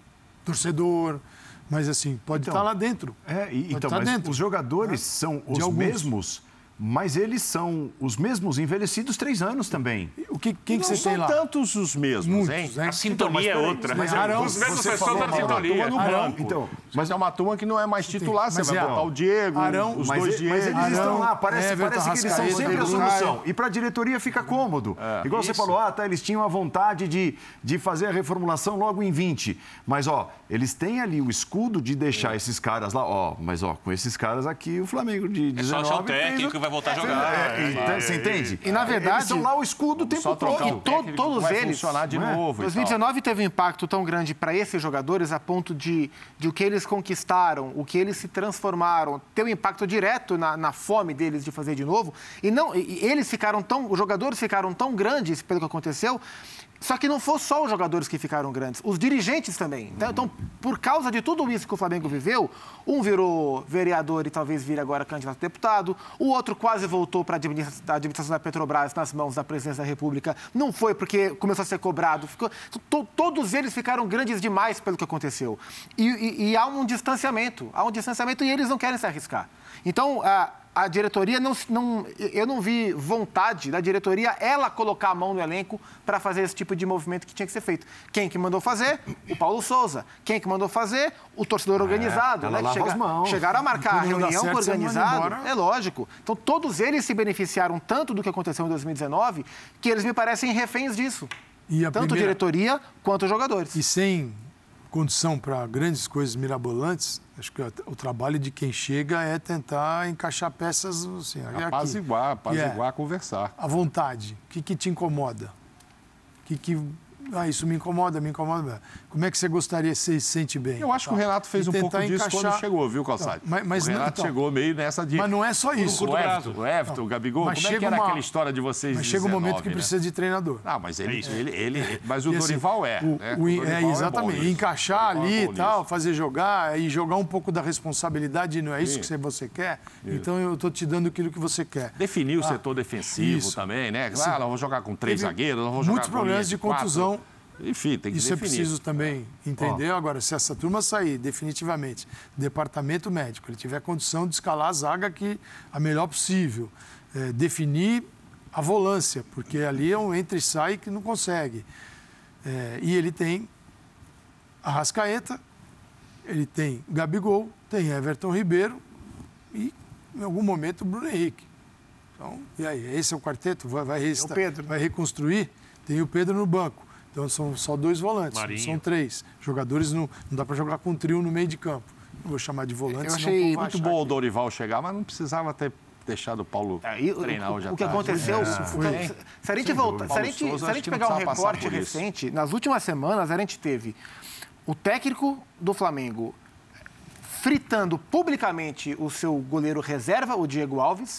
Torcedor, mas assim, pode Então, estar lá dentro. É, e- Pode então, tá mas dentro. os jogadores né? são De os alguns. mesmos, mas eles são os mesmos envelhecidos três anos também. O que, quem que Não você são tem lá? tantos os mesmos, hein? Muitos, né? A sintonia é peraí, outra. mas Arão, Os mesmos você pessoas falou, da Mauro, sintonia. turma no Arão, banco. Então, Mas é uma turma que não é mais titular, você Mas vai é, botar o Diego, Arão, os Mas, dois e- Diego. mas eles Arão, estão lá, parece, Everton, parece que eles são Arrascaeta, sempre a Rodrigo solução. Caio. E para a diretoria fica cômodo. Igual você falou, ah, tá, eles tinham a vontade de, de fazer a reformulação logo em vinte. Mas, ó, eles têm ali o escudo de deixar É. esses caras lá, ó, mas, ó, com esses caras aqui, o Flamengo de É só dezenove... achar o fez técnico que vai voltar a jogar. É, É, então, você entende? E, na verdade, eles são lá o escudo o tempo Só todo. trocar E o to- técnico todos vai eles, funcionar de não é? novo e dois tal. mil e dezenove teve um impacto tão grande para esses jogadores a ponto de, de o que eles conquistaram, o que eles se transformaram, ter um impacto direto na, na fome deles de fazer de novo. E não, e eles ficaram tão, os jogadores ficaram tão grandes pelo que aconteceu. Só que não foram só os jogadores que ficaram grandes, os dirigentes também. Então, então, por causa de tudo isso que o Flamengo viveu, um virou vereador e talvez vire agora candidato a deputado, o outro quase voltou para a administração da Petrobras nas mãos da presidência da República. Não foi porque começou a ser cobrado. Ficou, to, todos eles ficaram grandes demais pelo que aconteceu. E, e, e há um distanciamento, há um distanciamento e eles não querem se arriscar. Então, a, a diretoria, não, não, eu não vi vontade da diretoria ela colocar a mão no elenco para fazer esse tipo de movimento que tinha que ser feito. Quem que mandou fazer? O Paulo Souza. Quem que mandou fazer? O torcedor organizado. ela Né, que lava chega, as mãos. chegaram a marcar a Quando não dá reunião certo, com o você manda organizado. embora. É lógico. Então, todos eles se beneficiaram tanto do que aconteceu em dois mil e dezenove que eles me parecem reféns disso. E a Tanto a primeira- diretoria quanto os jogadores. E sem condição para grandes coisas mirabolantes, acho que o trabalho de quem chega é tentar encaixar peças assim, aqui. Apaziguar, apaziguar, E é, conversar. à vontade. O que, que te incomoda? O que, que... Ah, isso me incomoda, me incomoda. Como é que você gostaria, você se sente bem? Eu acho que o Renato fez E um pouco tentar disso encaixar- quando chegou, viu, Calçade? Não, mas- mas o não, Renato então. chegou meio nessa de... Mas não é só isso. O Everton, o Everton, o Gabigol, Mas como é que chega era uma- aquela história de vocês Mas chega um momento que dezenove, né? precisa de treinador. Ah, mas ele, isso. ele, ele, mas o E, assim, Dorival é, o- né? o- O Dorival é, bom exatamente. nisso. Encaixar O Dorival ali é e bom tal, nisso. fazer jogar e jogar um pouco da responsabilidade, não é isso Sim. que você quer? Então eu estou te dando aquilo que você quer. Definir o Ah, setor defensivo isso. também, né? Sim. Ah, nós vamos jogar com três Teve zagueiros, nós vamos jogar muitos com linha problemas de quatro. contusão. Enfim, tem que Isso é definir. preciso também entender. Agora, se essa turma sair definitivamente do departamento médico, ele tiver condição de escalar a zaga que a melhor possível, é, definir a volância, porque ali é um entra e sai que não consegue. É, e ele tem Arrascaeta, ele tem Gabigol, tem Everton Ribeiro e, em algum momento, o Bruno Henrique. Então, e aí? Esse é o quarteto? Vai, vai, resta- Pedro. vai reconstruir? Tem o Pedro no banco. Então, são só dois volantes, Marinho. são três. Jogadores, não, não dá para jogar com trio no meio de campo. Não vou chamar de volante, Eu senão achei o povo vai Muito achar bom o que- Dorival chegar, mas não precisava ter deixado o Paulo Aí, o- treinar o, hoje à o que tarde. aconteceu, É. foi- se a gente voltar, se a Paulo gente, Souza, se a acho gente que não pegar um precisava passar recorte por isso. recente, nas últimas semanas a gente teve o técnico do Flamengo fritando publicamente o seu goleiro reserva, o Diego Alves,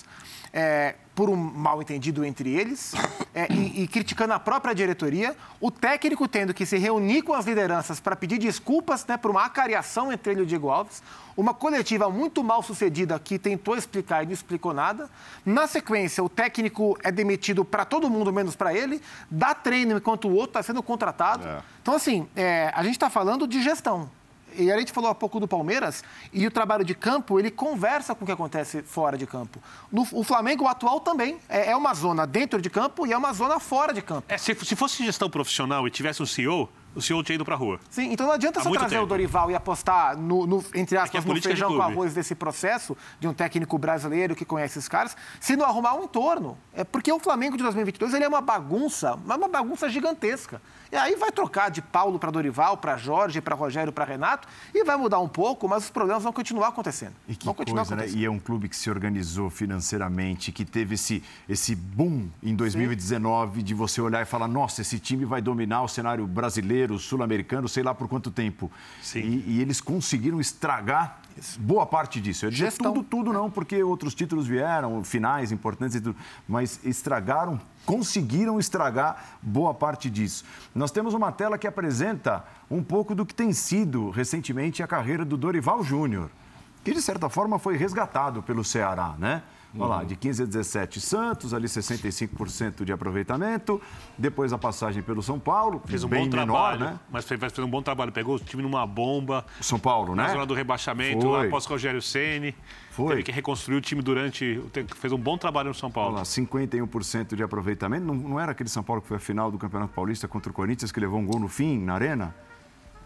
é, por um mal entendido entre eles, é, e, e criticando a própria diretoria, o técnico tendo que se reunir com as lideranças para pedir desculpas, né, por uma acariação entre ele e o Diego Alves, uma coletiva muito mal sucedida que tentou explicar e não explicou nada. Na sequência, o técnico é demitido para todo mundo, menos para ele, dá treino enquanto o outro está sendo contratado. É. Então, assim, é, a gente está falando de gestão. E a gente falou há pouco do Palmeiras, e o trabalho de campo, ele conversa com o que acontece fora de campo. No, o Flamengo, o atual, também é, é uma zona dentro de campo e é uma zona fora de campo. É, se, se fosse gestão profissional e tivesse um C E O, o C E O tinha ido para a rua. Sim, então não adianta Há só muito trazer o tempo. Dorival e apostar, no, no, entre É aspas, que é no política de feijão com clube. arroz desse processo, de um técnico brasileiro que conhece esses caras, se não arrumar um entorno. É porque o Flamengo de dois mil e vinte e dois ele é uma bagunça, mas uma bagunça gigantesca. E aí vai trocar de Paulo para Dorival, para Jorge, para Rogério, para Renato, e vai mudar um pouco, mas os problemas vão continuar acontecendo. E que vão continuar coisa, né? acontecendo. E é um clube que se organizou financeiramente, que teve esse, esse boom em dois mil e dezenove de você olhar e falar, nossa, esse time vai dominar o cenário brasileiro, sul-americano, sei lá por quanto tempo. Sim. E, e eles conseguiram estragar boa parte disso. Eu ia dizer Gestão. tudo, tudo não, porque outros títulos vieram, finais importantes e tudo, mas estragaram, conseguiram estragar boa parte disso. Nós temos uma tela que apresenta um pouco do que tem sido recentemente a carreira do Dorival Júnior, que de certa forma foi resgatado pelo Ceará, né? Olha lá, de quinze a dezessete Santos, ali sessenta e cinco por cento de aproveitamento, depois a passagem pelo São Paulo, Fez um bem bom menor, trabalho, né? mas fez, fez um bom trabalho. Pegou o time numa bomba, São Paulo, na né? zona do rebaixamento, Foi. lá após o Rogério Ceni. Foi. Teve que reconstruir o time durante... Fez um bom trabalho no São Paulo. Olha lá, cinquenta e um por cento de aproveitamento. Não, não era aquele São Paulo que foi a final do Campeonato Paulista contra o Corinthians, que levou um gol no fim, na Arena?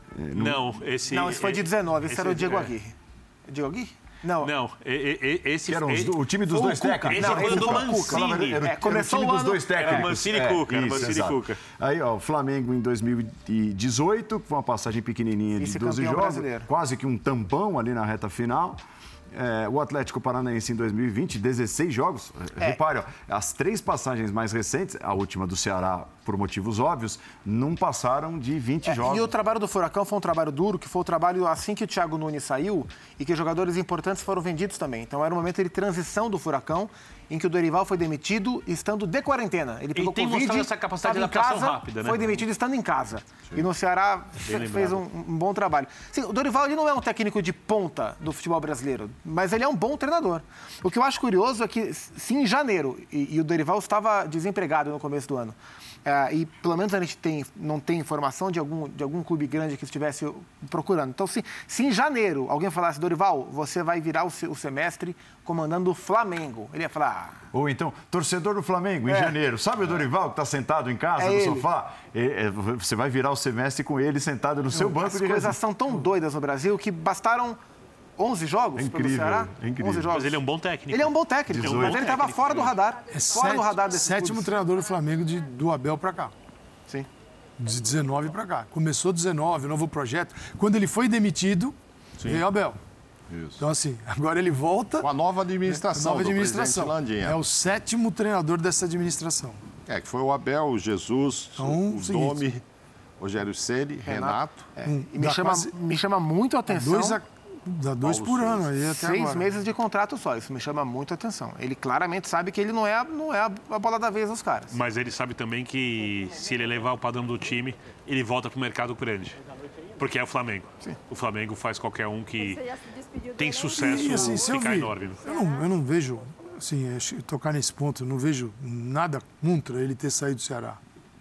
Não, esse... Não, esse foi de dezenove, esse, esse era o Diego é. Aguirre. Diego Aguirre? Não. Não, e, e, esse... Que era os, o time dos foi dois técnicos. Esse foi do Mancini. Era, é, começou era o time o dos ano... dois técnicos. Era Mancini e Cuca. Era Mancini e Cuca. Aí, ó, o Flamengo em dois mil e dezoito, com uma passagem pequenininha de doze jogos, brasileiro. Quase que um tampão ali na reta final. É, o Atlético Paranaense em dois mil e vinte, dezesseis jogos. É. Repare, ó, as três passagens mais recentes, a última do Ceará, por motivos óbvios, não passaram de vinte é, jogos. E o trabalho do Furacão foi um trabalho duro, que foi o trabalho assim que o Thiago Nunes saiu e que jogadores importantes foram vendidos também. Então era um momento de transição do Furacão, em que o Dorival foi demitido estando de quarentena. Ele pegou tem Covid, mostrado essa capacidade de adaptação casa, rápida, né? Foi demitido estando em casa. Sim. E no Ceará Bem fez um, um bom trabalho. Sim, o Dorival ele não é um técnico de ponta do futebol brasileiro, mas ele é um bom treinador. O que eu acho curioso é que, se em janeiro, e, e o Dorival estava desempregado no começo do ano, é, e pelo menos a gente tem, não tem informação de algum, de algum clube grande que estivesse procurando. Então, se, se em janeiro alguém falasse, Dorival, você vai virar o, o semestre comandando o Flamengo, ele ia falar... Ah, ou então, torcedor do Flamengo, em é. janeiro, sabe o Dorival que está sentado em casa, é no ele. sofá? É, é, você vai virar o semestre com ele sentado no seu banco As de coisas reserva. São tão doidas no Brasil que bastaram onze jogos é incrível, pelo Ceará. É incrível. onze jogos. Mas ele é um bom técnico. Ele é um bom técnico, dezoito. Mas ele estava fora do radar. É fora sete, do radar desse sétimo clubes. treinador do Flamengo de, do Abel para cá. Sim. De dezenove para cá. Começou dezenove, novo projeto. Quando ele foi demitido, Sim. veio o Abel. Isso. Então, assim, agora ele volta... Com a nova administração, nova administração. do presidente Landinha. É o sétimo treinador dessa administração. É, que foi o Abel, o Jesus, então, o Domi, Rogério Ceni, Renato. Renato. É. E me chama, quase, me chama muito a atenção... Dois a, dá dois Paulo por ano aí até Seis agora. meses de contrato só, isso me chama muito a atenção. Ele claramente sabe que ele não é, não é a bola da vez dos caras. Mas ele sabe também que se ele elevar o padrão do time, ele volta para o mercado grande. Porque é o Flamengo. Sim. O Flamengo faz qualquer um que tem sucesso e, assim, ficar enorme. Eu não, eu não vejo, assim, tocar nesse ponto, eu não vejo nada contra ele ter saído do Ceará.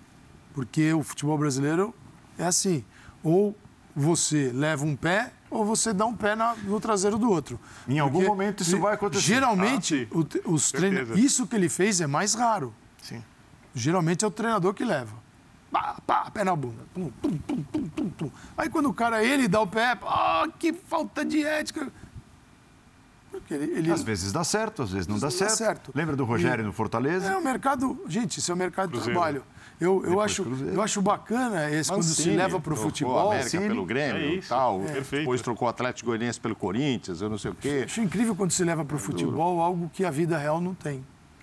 Porque o futebol brasileiro é assim, ou você leva um pé ou você dá um pé na, no traseiro do outro. Em algum Porque, momento isso vai acontecer. Geralmente, ah, o, os treina... isso que ele fez é mais raro. Sim. Geralmente é o treinador que leva. Pá, pá, pé na bunda. Pum, pum, pum, pum, pum, pum. Aí quando o cara, ele dá o pé, oh, que falta de ética. Porque ele, ele... Às vezes dá certo, às vezes não, dá, certo. dá certo. Lembra do Rogério e... no Fortaleza? É o mercado... Gente, isso é o mercado de trabalho. Eu, eu, acho, eu acho bacana esse, quando se leva para o futebol. A América Sim, pelo Grêmio e é tal. É. Depois trocou o Atlético Goianiense pelo Corinthians, eu não sei o quê. Acho incrível quando se leva para o futebol algo que a vida real não tem.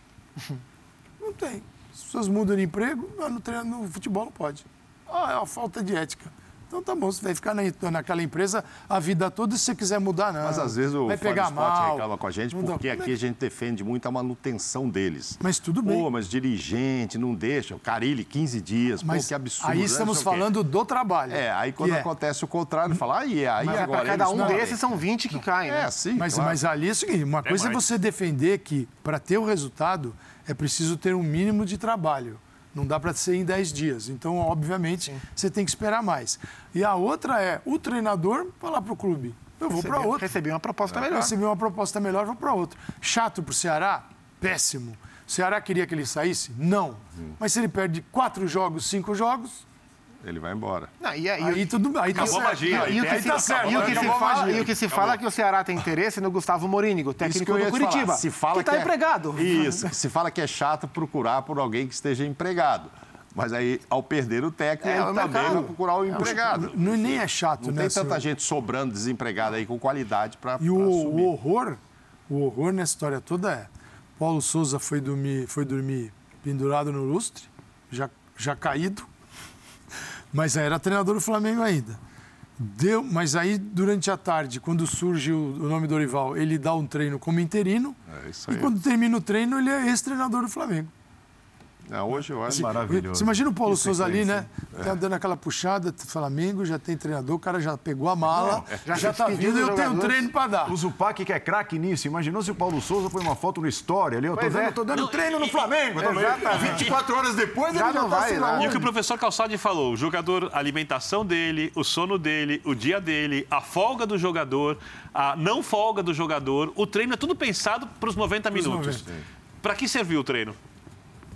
Não tem. As pessoas mudam de emprego, no, treino, no futebol não pode. Ah, é uma falta de ética. Então tá bom, você vai ficar na, naquela empresa a vida toda e se você quiser mudar, não. Mas às vezes o vai pegar Fábio Sport mal, reclama com a gente porque aqui a gente defende muito a manutenção deles. Mas tudo bem. Pô, mas dirigente, não deixa. O Carilli, quinze dias, mas pô, que absurdo. Aí estamos falando do trabalho. É, aí quando é. acontece o contrário, fala, aí é, aí mas agora... Para cada um não, desses são vinte que caem, né? É, sim, mas, claro. mas ali é o seguinte, uma coisa é, é você defender que para ter o resultado é preciso ter um mínimo de trabalho. Não dá para ser em dez dias. Então, obviamente, Sim. você tem que esperar mais. E a outra é o treinador falar para o clube. Eu vou para outro. Recebi uma proposta é. melhor. Recebi uma proposta melhor, vou para outro. Chato para o Ceará? Péssimo. O Ceará queria que ele saísse? Não. Hum. Mas se ele perde quatro jogos, cinco jogos... Ele vai embora. Não, e, aí, aí tudo aí tá acabou certo. magia. E o que, tá certo. E o que se fala, e o que se Acabou. fala é que o Ceará tem interesse no Gustavo Morínigo, técnico do Curitiba, se fala que está que é... empregado. Isso, se fala que é chato procurar por alguém que esteja empregado. Mas aí, ao perder o técnico, é, ele também mercado. vai procurar o empregado. Não, nem é chato, não né? Não tem tanta senhor? gente sobrando desempregada aí com qualidade para E o, o horror, o horror nessa história toda é... Paulo Souza foi dormir, foi dormir pendurado no lustre, já, já caído, mas aí era treinador do Flamengo ainda. Deu, mas aí, durante a tarde, quando surge o, o nome do Dorival, ele dá um treino como interino. É isso aí. E quando termina o treino, ele é ex-treinador do Flamengo. É, hoje eu acho assim, maravilhoso. Você imagina o Paulo Souza ali, né? É. Tá dando aquela puxada, Flamengo, já tem treinador, o cara já pegou a mala, é. já, já tá vindo e eu tenho um treino para dar. O Zupac, que é craque nisso, imaginou se o Paulo Souza põe uma foto no Story ali, eu tô, dando, é. tô dando não, treino no Flamengo, e, vinte e quatro horas depois já ele não já vai, tá né? E o que o professor Calçade falou, o jogador, a alimentação dele, o sono dele, o dia dele, a folga do jogador, a não folga do jogador, o treino é tudo pensado para os noventa minutos. Para que serviu o treino?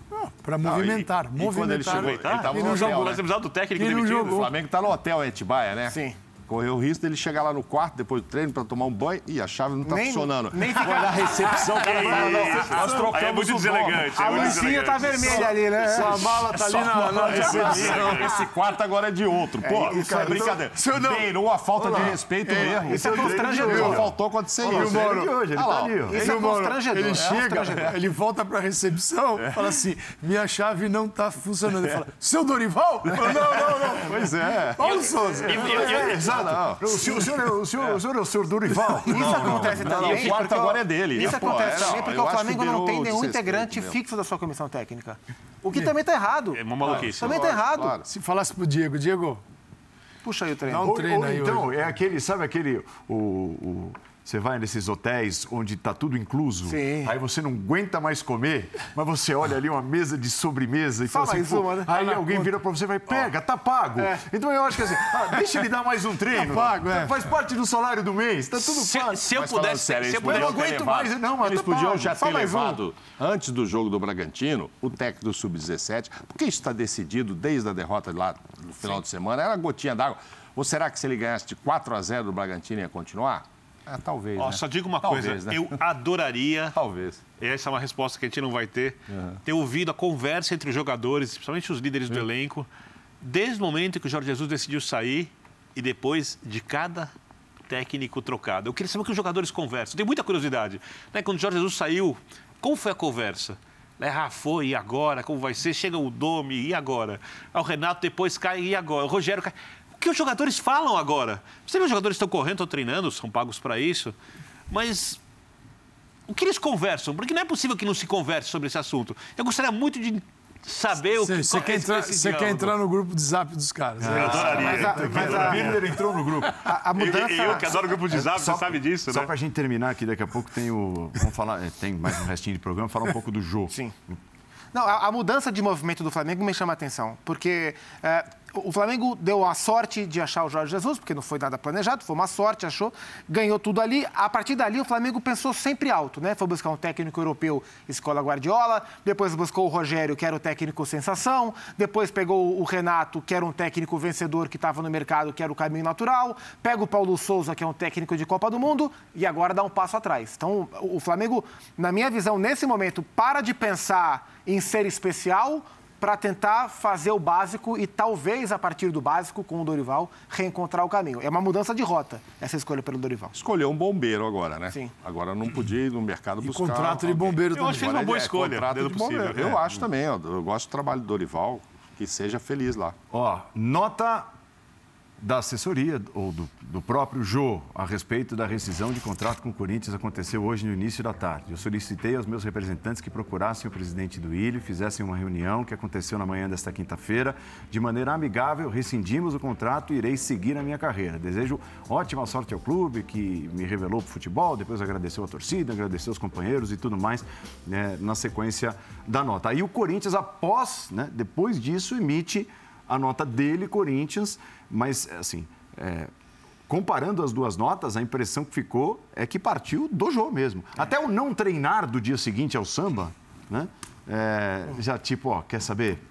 Para movimentar. Não, e, movimentar. e quando ele chegou, ele estava no hotel, hotel, né? né? Precisava do técnico Ele não demitido. jogou. O Flamengo está no hotel em Atibaia, né? Sim. Correu o risco dele chegar lá no quarto, depois do treino, para tomar um banho, e a chave não está Nem- funcionando. nem Foi na recepção, o cara fala, não, nós trocamos Aí é muito o nome. deselegante. A é muito luzinha tá deselegante. vermelha ali, né? Sua mala tá ali na, na recepção. Esse quarto agora é de outro. Pô, isso é brincadeira. Beirou uma falta de respeito mesmo. Isso é constrangedor. Só faltou acontecer Olha, isso. o treino de hoje, ele Ah tá lá, ali, ó. Isso é Ele, mano, constrangedor. ele é chega, constrangedor. ele volta para a recepção e fala assim: minha chave não está funcionando. Ele fala: seu Dorival? Ele fala, não, não, não. Pois é. Paulo Souza. E- e- e- Exato. O senhor, o, senhor, é- o, senhor, o senhor é o senhor Dorival? Isso acontece Não, não, também. o quarto porque agora é dele. Isso Pô, acontece é, também não, porque eu o acho que Flamengo não beirou tem nenhum desrespeito integrante mesmo. fixo da sua comissão técnica. O que também está errado. É uma maluquice. Também está errado. Claro. Se falasse pro Diego, Diego, Puxa aí o treino. Dá um Ou, treino ou aí então, hoje. é aquele, sabe aquele. O, o- você vai nesses hotéis onde tá tudo incluso, Sim. aí você não aguenta mais comer, mas você olha ali uma mesa de sobremesa e Só fala assim, mais pô, uma, né? aí Tá na alguém conta. vira pra você e vai, pega, tá pago. É. Então eu acho que assim, ah, deixa ele dar mais um treino. Tá pago, é. Faz parte do salário do mês, tá tudo Se, pago. se eu Mas falando pudesse, sério, se eles eu pudesse, eu não podiam ter aguento levado- mais, não, mas Eles tá podiam pago. já Só ter mais um. levado, antes do jogo do Bragantino, o técnico do sub dezessete, porque isso está decidido desde a derrota lá no final de semana, era gotinha d'água. Ou será que se ele ganhasse de quatro a zero do Bragantino ia continuar? É, talvez, Ó, né? só digo uma Talvez, coisa, né? eu adoraria, Talvez. essa é uma resposta que a gente não vai ter, ter ouvido a conversa entre os jogadores, principalmente os líderes do elenco, desde o momento que o Jorge Jesus decidiu sair e depois de cada técnico trocado. Eu queria saber o que os jogadores conversam. Tenho muita curiosidade. Né? Quando o Jorge Jesus saiu, como foi a conversa? Né? Ah, foi, e agora? Como vai ser? Chega o Domi, e agora? Ah, o Renato depois cai, e agora? O Rogério cai. O que os jogadores falam agora? Você vê, os jogadores estão correndo, estão treinando, são pagos para isso, mas o que eles conversam? Porque não é possível que não se converse sobre esse assunto. Eu gostaria muito de saber o que você qual quer, é entrar, esse você quer diálogo. entrar no grupo de zap dos caras. Eu É. adoraria. Mas a, mas O a, Birner entrou no grupo. a, a mudança... Eu, eu que adoro grupo de zap, você sabe disso, Só né? pra gente terminar aqui, daqui a pouco tem o. Vamos falar, é, tem mais um restinho de programa, falar um pouco do jogo. Sim. Não, a, a mudança de movimento do Flamengo me chama a atenção, porque é, o Flamengo deu a sorte de achar o Jorge Jesus, porque não foi nada planejado, foi uma sorte, achou, ganhou tudo ali. A partir dali, o Flamengo pensou sempre alto, né? Foi buscar um técnico europeu, Escola Guardiola, depois buscou o Rogério, que era o técnico sensação, depois pegou o Renato, que era um técnico vencedor que estava no mercado, que era o caminho natural, pega o Paulo Souza, que é um técnico de Copa do Mundo, e agora dá um passo atrás. Então, o Flamengo, na minha visão, nesse momento, para de pensar em ser especial para tentar fazer o básico e talvez, a partir do básico, com o Dorival, reencontrar o caminho. É uma mudança de rota, essa escolha pelo Dorival. Escolheu um bombeiro agora, né? Sim. Agora não podia ir no mercado E buscar... contrato de alguém. bombeiro Eu também. acho que fez uma boa É, escolha, contrato dentro de do possível. bombeiro. Eu É. acho também, eu, eu gosto do trabalho do Dorival, que seja feliz lá. Ó, nota da assessoria ou do, do próprio Jô a respeito da rescisão de contrato com o Corinthians aconteceu hoje no início da tarde. Eu solicitei aos meus representantes que procurassem o presidente do Ilho, fizessem uma reunião que aconteceu na manhã desta quinta-feira. De maneira amigável, rescindimos o contrato e irei seguir a minha carreira. Desejo ótima sorte ao clube que me revelou para o futebol, depois agradeceu a torcida, agradeceu os companheiros e tudo mais, né, na sequência da nota. Aí o Corinthians, após, né, depois disso, emite a nota dele, Corinthians, mas, assim, é, comparando as duas notas, a impressão que ficou é que partiu do jogo mesmo. É. Até o não treinar do dia seguinte ao samba, né? É, já tipo, ó, quer saber?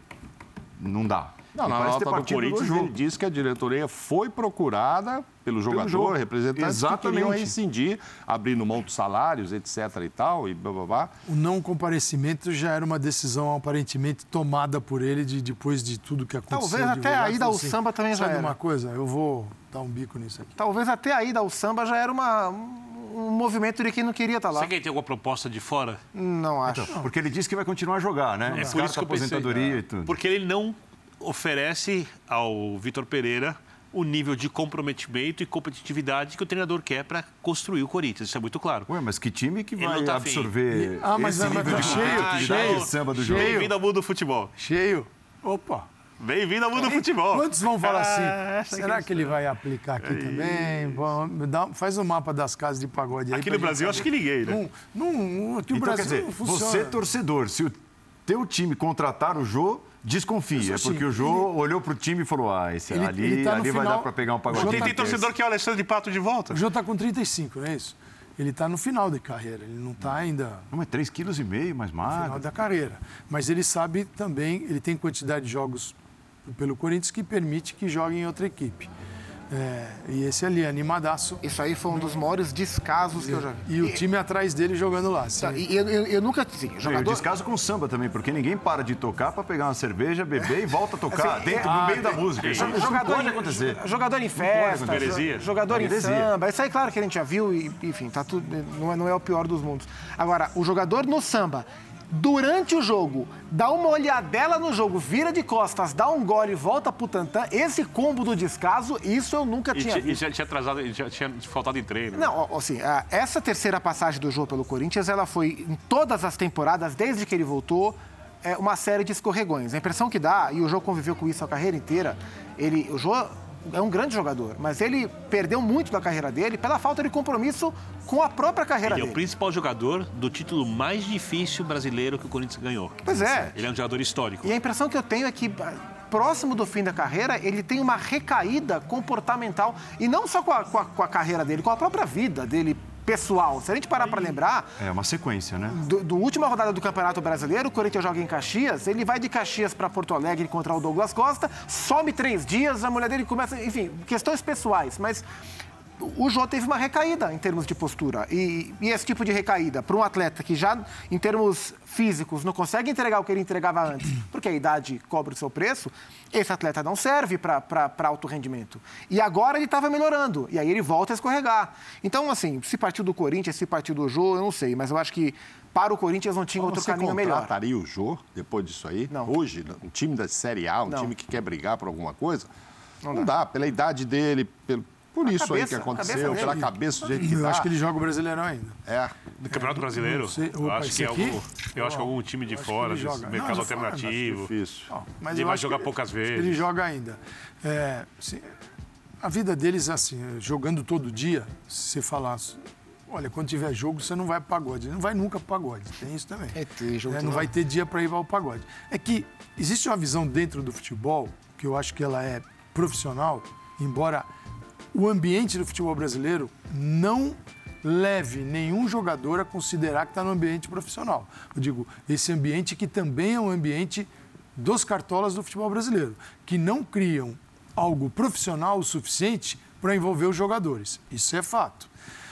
Não dá. Não, E na parece ter nota do partido Corinthians, jogo. ele disse que a diretoria foi procurada pelo jogador, jogo. representantes que queriam Exatamente. rescindir, abrindo mão dos salários, etc e tal, e blá, blá, blá. O não comparecimento já era uma decisão aparentemente tomada por ele de, depois de tudo que aconteceu. Talvez até divulgado, a ida falou ao samba também já sabe era. uma coisa? Eu vou dar um bico nisso aqui. Talvez até a ida ao samba já era uma, um movimento de quem não queria estar lá. Você quer ter alguma proposta de fora? Não acho. Então, porque ele disse que vai continuar a jogar, né? É por Descarta isso que eu a aposentadoria pensei. e tudo. Porque ele não oferece ao Vitor Pereira o nível de comprometimento e competitividade que o treinador quer para construir o Corinthians. Isso é muito claro. Ué, mas que time que Ele vai não tá afim. absorver Ah, mas esse é, mas nível tá de cheio, competitividade cheio, e samba do jogo? Bem-vindo ao mundo do futebol. Cheio. Opa. Bem-vindo ao mundo do futebol. Quantos vão falar assim? Ah, essa Será questão. que ele vai aplicar aqui também? Bom, me dá- faz um mapa das casas de pagode aí. Aqui pra no gente Brasil, saber. acho que ninguém, né? Não, não, aqui o Então, Brasil quer dizer, não funciona. você, torcedor, se o teu time contratar o Jô, desconfia. Isso sim, porque o Jô ele- olhou pro time e falou, ah, esse Ele- ali, ele tá no ali vai final- dar para pegar um o pagode. Jô Tem, tá- tem torcedor que é o Alessandro de Pato de volta. O Jô está com trinta e cinco, não é isso? ele está no final de carreira, ele não está ainda... Não, é três vírgula cinco quilos mais no magro. final da carreira. Mas ele sabe também, ele tem quantidade de jogos pelo Corinthians que permite que jogue em outra equipe. É, e esse ali, animadaço. Isso aí foi um dos maiores descasos que eu já vi. E o time atrás dele jogando lá. Sim. E eu, eu, eu nunca... Sim, E jogador... o descaso com samba também, porque ninguém para de tocar para pegar uma cerveja, beber e volta a tocar Assim, dentro, é- no ah, meio da tem- música. Isso Jogador, não pode em- acontecer. jogador em festa, acontecer. Heresia. jo- jogador em Heresia. samba. Isso aí, claro, que a gente já viu e, enfim, tá tudo, não, é, não é o pior dos mundos. Agora, o jogador no samba, durante o jogo, dá uma olhadela no jogo, vira de costas, dá um gole e volta pro tantã, esse combo do descaso, isso eu nunca E, tinha tinha- e visto. já tinha atrasado, e já tinha faltado em treino. Não, ó, assim, a- essa terceira passagem do Jô pelo Corinthians, ela foi, em todas as temporadas, desde que ele voltou, é uma série de escorregões. A impressão que dá, e o Jô conviveu com isso a carreira inteira, ele, o Jô é um grande jogador, mas ele perdeu muito da carreira dele pela falta de compromisso com a própria carreira Ele é o dele. principal jogador do título mais difícil brasileiro que o Corinthians ganhou. Pois é. Ele é um jogador histórico. E a impressão que eu tenho é que, próximo do fim da carreira, ele tem uma recaída comportamental. E não só com a, com a- com a carreira dele, com a própria vida dele pessoal. Se a gente parar para lembrar, É uma sequência, né? do, do última rodada do Campeonato Brasileiro, o Corinthians joga em Caxias, ele vai de Caxias para Porto Alegre contra o Douglas Costa, some três dias, a mulher dele começa... Enfim, questões pessoais, mas... O Jô teve uma recaída em termos de postura. E, e esse tipo de recaída, para um atleta que já, em termos físicos, não consegue entregar o que ele entregava antes, porque a idade cobra o seu preço, esse atleta não serve para alto rendimento. E agora ele estava melhorando, e aí ele volta a escorregar. Então, assim, se partiu do Corinthians, se partiu do Jô, eu não sei, mas eu acho que para o Corinthians não tinha outro Você caminho melhor. contrataria o Jô depois disso aí? Não. Hoje, um time da Série A, um Não. time que quer brigar por alguma coisa? Não Não, dá. dá. Pela idade dele, pelo, por A isso cabeça, aí que a aconteceu, cabeça pela dele. cabeça do jeito que Eu tá. acho que ele joga o Brasileirão ainda. É. Do Campeonato Brasileiro? Não sei. Eu Opa, acho esse que é aqui? algum, eu acho que algum time de Eu acho que fora, ele desse joga. Não, mercado de fora, alternativo. Difícil. Ó, mas Ele eu vai acho jogar que- poucas acho que vezes. Ele joga ainda. É, sim, a vida deles, assim, jogando todo dia, se você falar, olha, quando tiver jogo, você não vai pro pagode. Não vai nunca pro pagode, tem isso também. É, tem jogo É, que não não. vai ter dia para ir ao pagode. É que existe uma visão dentro do futebol, que eu acho que ela é profissional, embora o ambiente do futebol brasileiro não leve nenhum jogador a considerar que está no ambiente profissional. Eu digo, esse ambiente que também é um ambiente dos cartolas do futebol brasileiro, que não criam algo profissional o suficiente para envolver os jogadores. Isso é fato.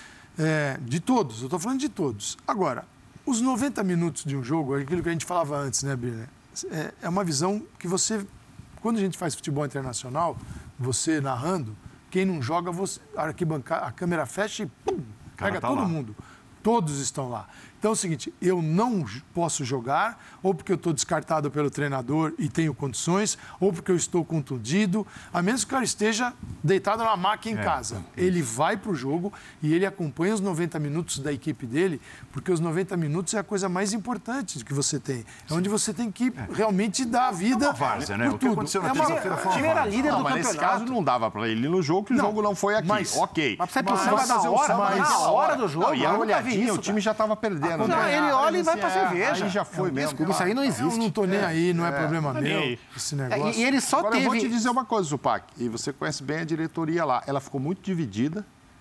É, de todos, eu estou falando de todos. Agora, os noventa minutos de um jogo, aquilo que a gente falava antes, né, Birner? É, é uma visão que você... Quando a gente faz futebol internacional, você narrando, quem não joga, você, a, arquibancada, a câmera fecha e pum, cara pega tá todo lá. mundo. Todos estão lá. Então é o seguinte, eu não j- posso jogar, ou porque eu estou descartado pelo treinador e tenho condições, ou porque eu estou contundido, a menos que o cara esteja deitado na maca em casa. Ele vai para o jogo e ele acompanha os noventa minutos da equipe dele, porque os noventa minutos é a coisa mais importante que você tem. É onde você tem que realmente dar a vida uma várzea, né? por O que tudo. aconteceu na É uma- terça-feira foi O uma time era várzea. líder Não, do mas nesse campeonato. caso não dava para ele ir no jogo, que o Não, jogo não foi aqui. mas- Ok. Mas pra você ir pro Mas- samba mas na fazer um hora, samba na antes. hora do jogo, Não, e eu a nunca vi olhadinha, isso, o time cara. já estava perdendo. Não, né? ele olha e vai pra É, cerveja. Aí já foi mesmo. Desculpa, isso aí não existe. Eu não tô nem aí, não é, problema nem meu, aí. esse É, negócio. e, e ele só Agora, teve... eu vou te dizer uma coisa, Zupac, e você conhece bem a diretoria lá. Ela ficou muito dividida,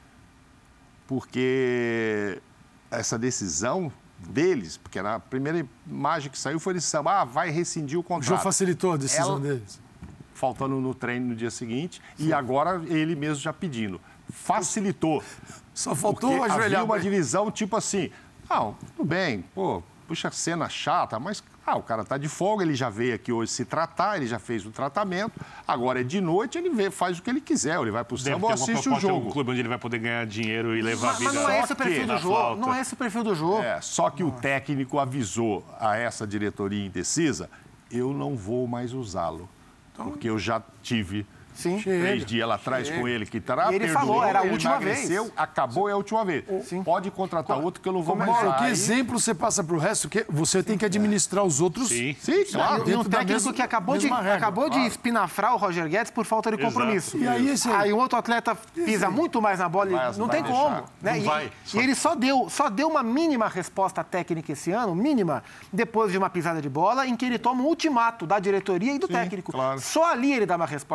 porque essa decisão deles, porque na primeira imagem que saiu foi de samba, ah, vai rescindir o O contrato. jogo facilitou a decisão Ela- deles. Faltando no treino no dia seguinte, e agora ele mesmo já pedindo. Facilitou. Só faltou Porque ajoelhar. havia uma pra- divisão tipo assim, ah, tudo bem, pô, puxa, cena chata, mas ah, o cara tá de folga, ele já veio aqui hoje se tratar, ele já fez o tratamento, agora é de noite, ele vê, faz o que ele quiser, ele vai pro Deve samba ter ou alguma assiste o proposta de algum jogo. clube onde ele vai poder ganhar dinheiro e levar a Mas vida não é esse o Só que perfil do na jogo. flauta. Não é esse o perfil do jogo. É, só que o técnico avisou a essa diretoria indecisa, eu não vou mais usá-lo, porque eu já tive... Sim. Três dias lá atrás com ele, que tá, E ele perdoou, falou, era a ele última emagreceu, vez. acabou, é a última vez. Sim. Pode contratar outro que eu não vou mais Mauro, usar. que Aí- exemplo você passa para o resto? Que você tem que administrar os outros. Sim. Sim, claro. E um dentro da técnico mesma- que acabou, de, mesma regra, acabou de espinafrar o Roger Guedes por falta de Exato. compromisso. E aí esse aí? Aí um outro atleta pisa muito mais na bola e Vai- não vai tem deixar. como. Né? Não e, vai. e ele só deu, só deu uma mínima resposta técnica esse ano, mínima, depois de uma pisada de bola, em que ele toma um ultimato da diretoria e do técnico. claro. Só ali ele dá uma resposta técnica.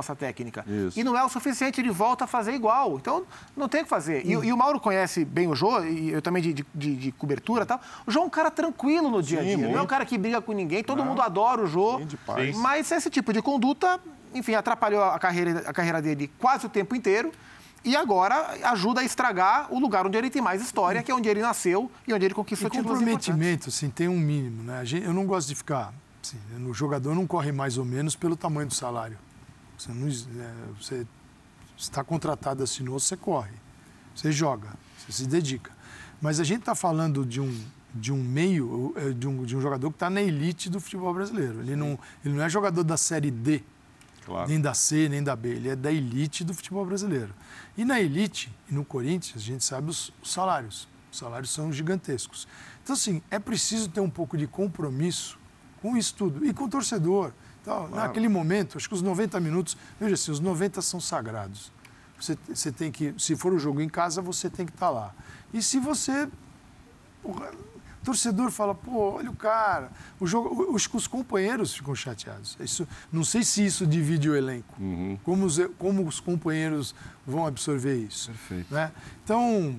técnica. Isso. E não é o suficiente, ele volta a fazer igual. Então, não tem o que fazer. E, e o Mauro conhece bem o Jô, e eu também de, de, de cobertura e tal. O Jô é um cara tranquilo no dia a dia. Sim, não é um cara que briga com ninguém. Todo não. mundo adora o Jô. Sim, de paz. Mas esse tipo de conduta, enfim, atrapalhou a carreira, a carreira dele quase o tempo inteiro. E agora ajuda a estragar o lugar onde ele tem mais história, que é onde ele nasceu e onde ele conquistou títulos importantes. Comprometimento, assim, tem um mínimo, né? Eu não gosto de ficar... Assim, o jogador não corre mais ou menos pelo tamanho do salário. Você não, você está contratado, assinou, você corre. Você joga, você se dedica. Mas a gente está falando de um, de um meio, de um, de um jogador que está na elite do futebol brasileiro. Ele não, ele não é jogador da Série D, claro. Nem da C, nem da B. Ele é da elite do futebol brasileiro. E na elite, e no Corinthians, a gente sabe os, os salários. Os salários são gigantescos. Então, assim, é preciso ter um pouco de compromisso com isso tudo. E com o torcedor. Então, claro. Naquele momento, acho que os noventa minutos... Veja assim, os noventa são sagrados. Você, você tem que... Se for o jogo em casa, você tem que estar lá. E se você... Porra, o torcedor fala, pô, olha o cara... O jogo, os, os companheiros ficam chateados. Isso, não sei se isso divide o elenco. Uhum. Como, os, como os companheiros vão absorver isso. Perfeito. Né? Então,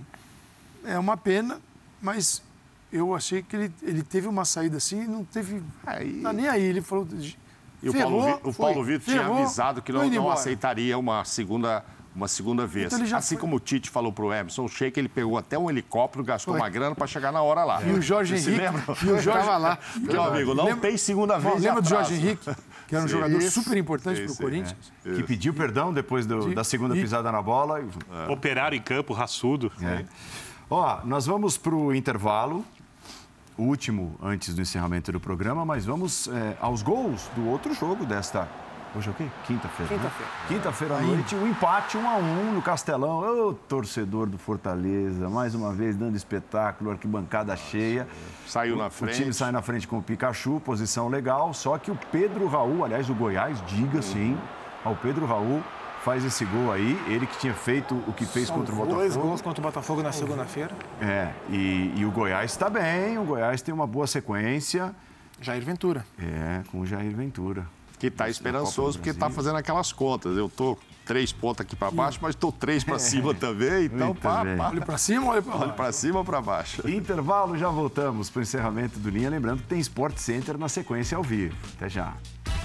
é uma pena, mas... Eu achei que ele, ele teve uma saída assim, não teve... Aí... Tá nem aí, ele falou... E o Paulo, Vi, o Paulo Vitor tinha avisado que não, não aceitaria uma segunda, uma segunda vez. Então assim foi... como o Tite falou pro Emerson, o Sheik, ele pegou até um helicóptero, gastou foi. uma grana para chegar na hora lá. E o Jorge Henrique... E o Jorge estava lá. Meu amigo, não lembra, tem segunda vez. Lembra do Jorge Henrique, que era um sim, jogador isso, super importante para o Corinthians? É, que pediu perdão depois do, da segunda pisada na bola. É. Operário em campo, raçudo. É. Ó, nós vamos para o intervalo. O último antes do encerramento do programa, mas vamos é, aos gols do outro jogo desta... Hoje é o quê? Quinta-feira. Quinta-feira. Né? Quinta-feira à noite, o empate um a um no Castelão. Ô, oh, torcedor do Fortaleza, mais uma vez dando espetáculo, arquibancada cheia. Saiu na frente. O time sai na frente com o Pikachu, posição legal, só que o Pedro Raul, aliás, o Goiás, diga sim, ao Pedro Raul, faz esse gol aí, ele que tinha feito o que fez Salvou contra o Botafogo. Dois gols contra o Botafogo na segunda-feira. É, e, e o Goiás está bem, o Goiás tem uma boa sequência. Jair Ventura. É, com o Jair Ventura. Que está esperançoso porque está fazendo aquelas contas. Eu estou três pontos aqui para baixo, mas estou três para cima também. Então, pá, pá. Olha para cima, olha para baixo. Olha para cima ou para baixo. Intervalo, já voltamos para o encerramento do Linha. Lembrando que tem Sport Center na sequência ao vivo. Até já.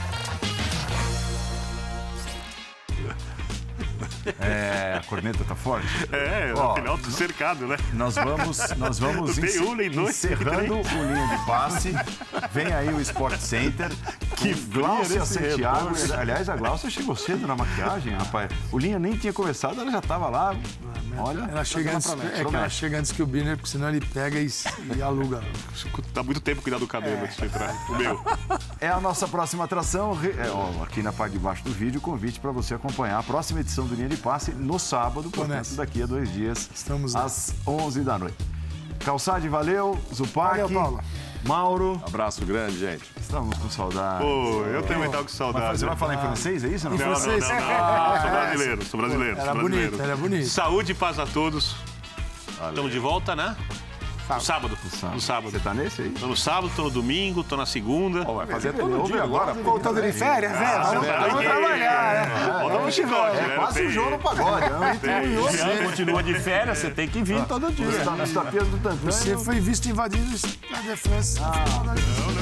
É, a corneta tá forte? É, Ó, afinal tô cercado, né? Nós vamos, nós vamos encer, um, encerrando o Linha de Passe. Vem aí o Sport Center. Que Glaucia Santiago. Aliás, a Glaucia chegou cedo na maquiagem, rapaz. O Linha nem tinha começado, ela já tava lá. Olha, ela chega antes, é que ela chega antes que o Biner, porque senão ele pega e, e aluga. Dá muito tempo cuidar do cabelo antes de entrar. O meu. É a nossa próxima atração. É, ó, aqui na parte de baixo do vídeo, convite para você acompanhar a próxima edição do Linha de Passe no sábado, portanto, daqui a dois dias, Estamos às onze da noite. Calçade, valeu. Zupac. Valeu, Paulo. Mauro. Abraço grande, gente. Estamos com saudade. Pô, eu também tava com saudade. Você vai falar em francês, é isso? Não, não, não, não, não, não. Sou brasileiro, sou brasileiro. Era sou brasileiro. bonito, era bonito. Saúde e paz a todos. Estamos de volta, né? No sábado. No sábado. No sábado. Você tá nesse aí? Tô no sábado, tô no domingo, tô na segunda. Oh, vai fazer todo dia agora. Voltando de férias, né? Vamos trabalhar, né? Vamos chicote, É quase um jogo no pagode. Você continua de férias, você tem que vir todo dia. Nos tapias do Tantã. Você foi visto invadindo a Stade de France. Não,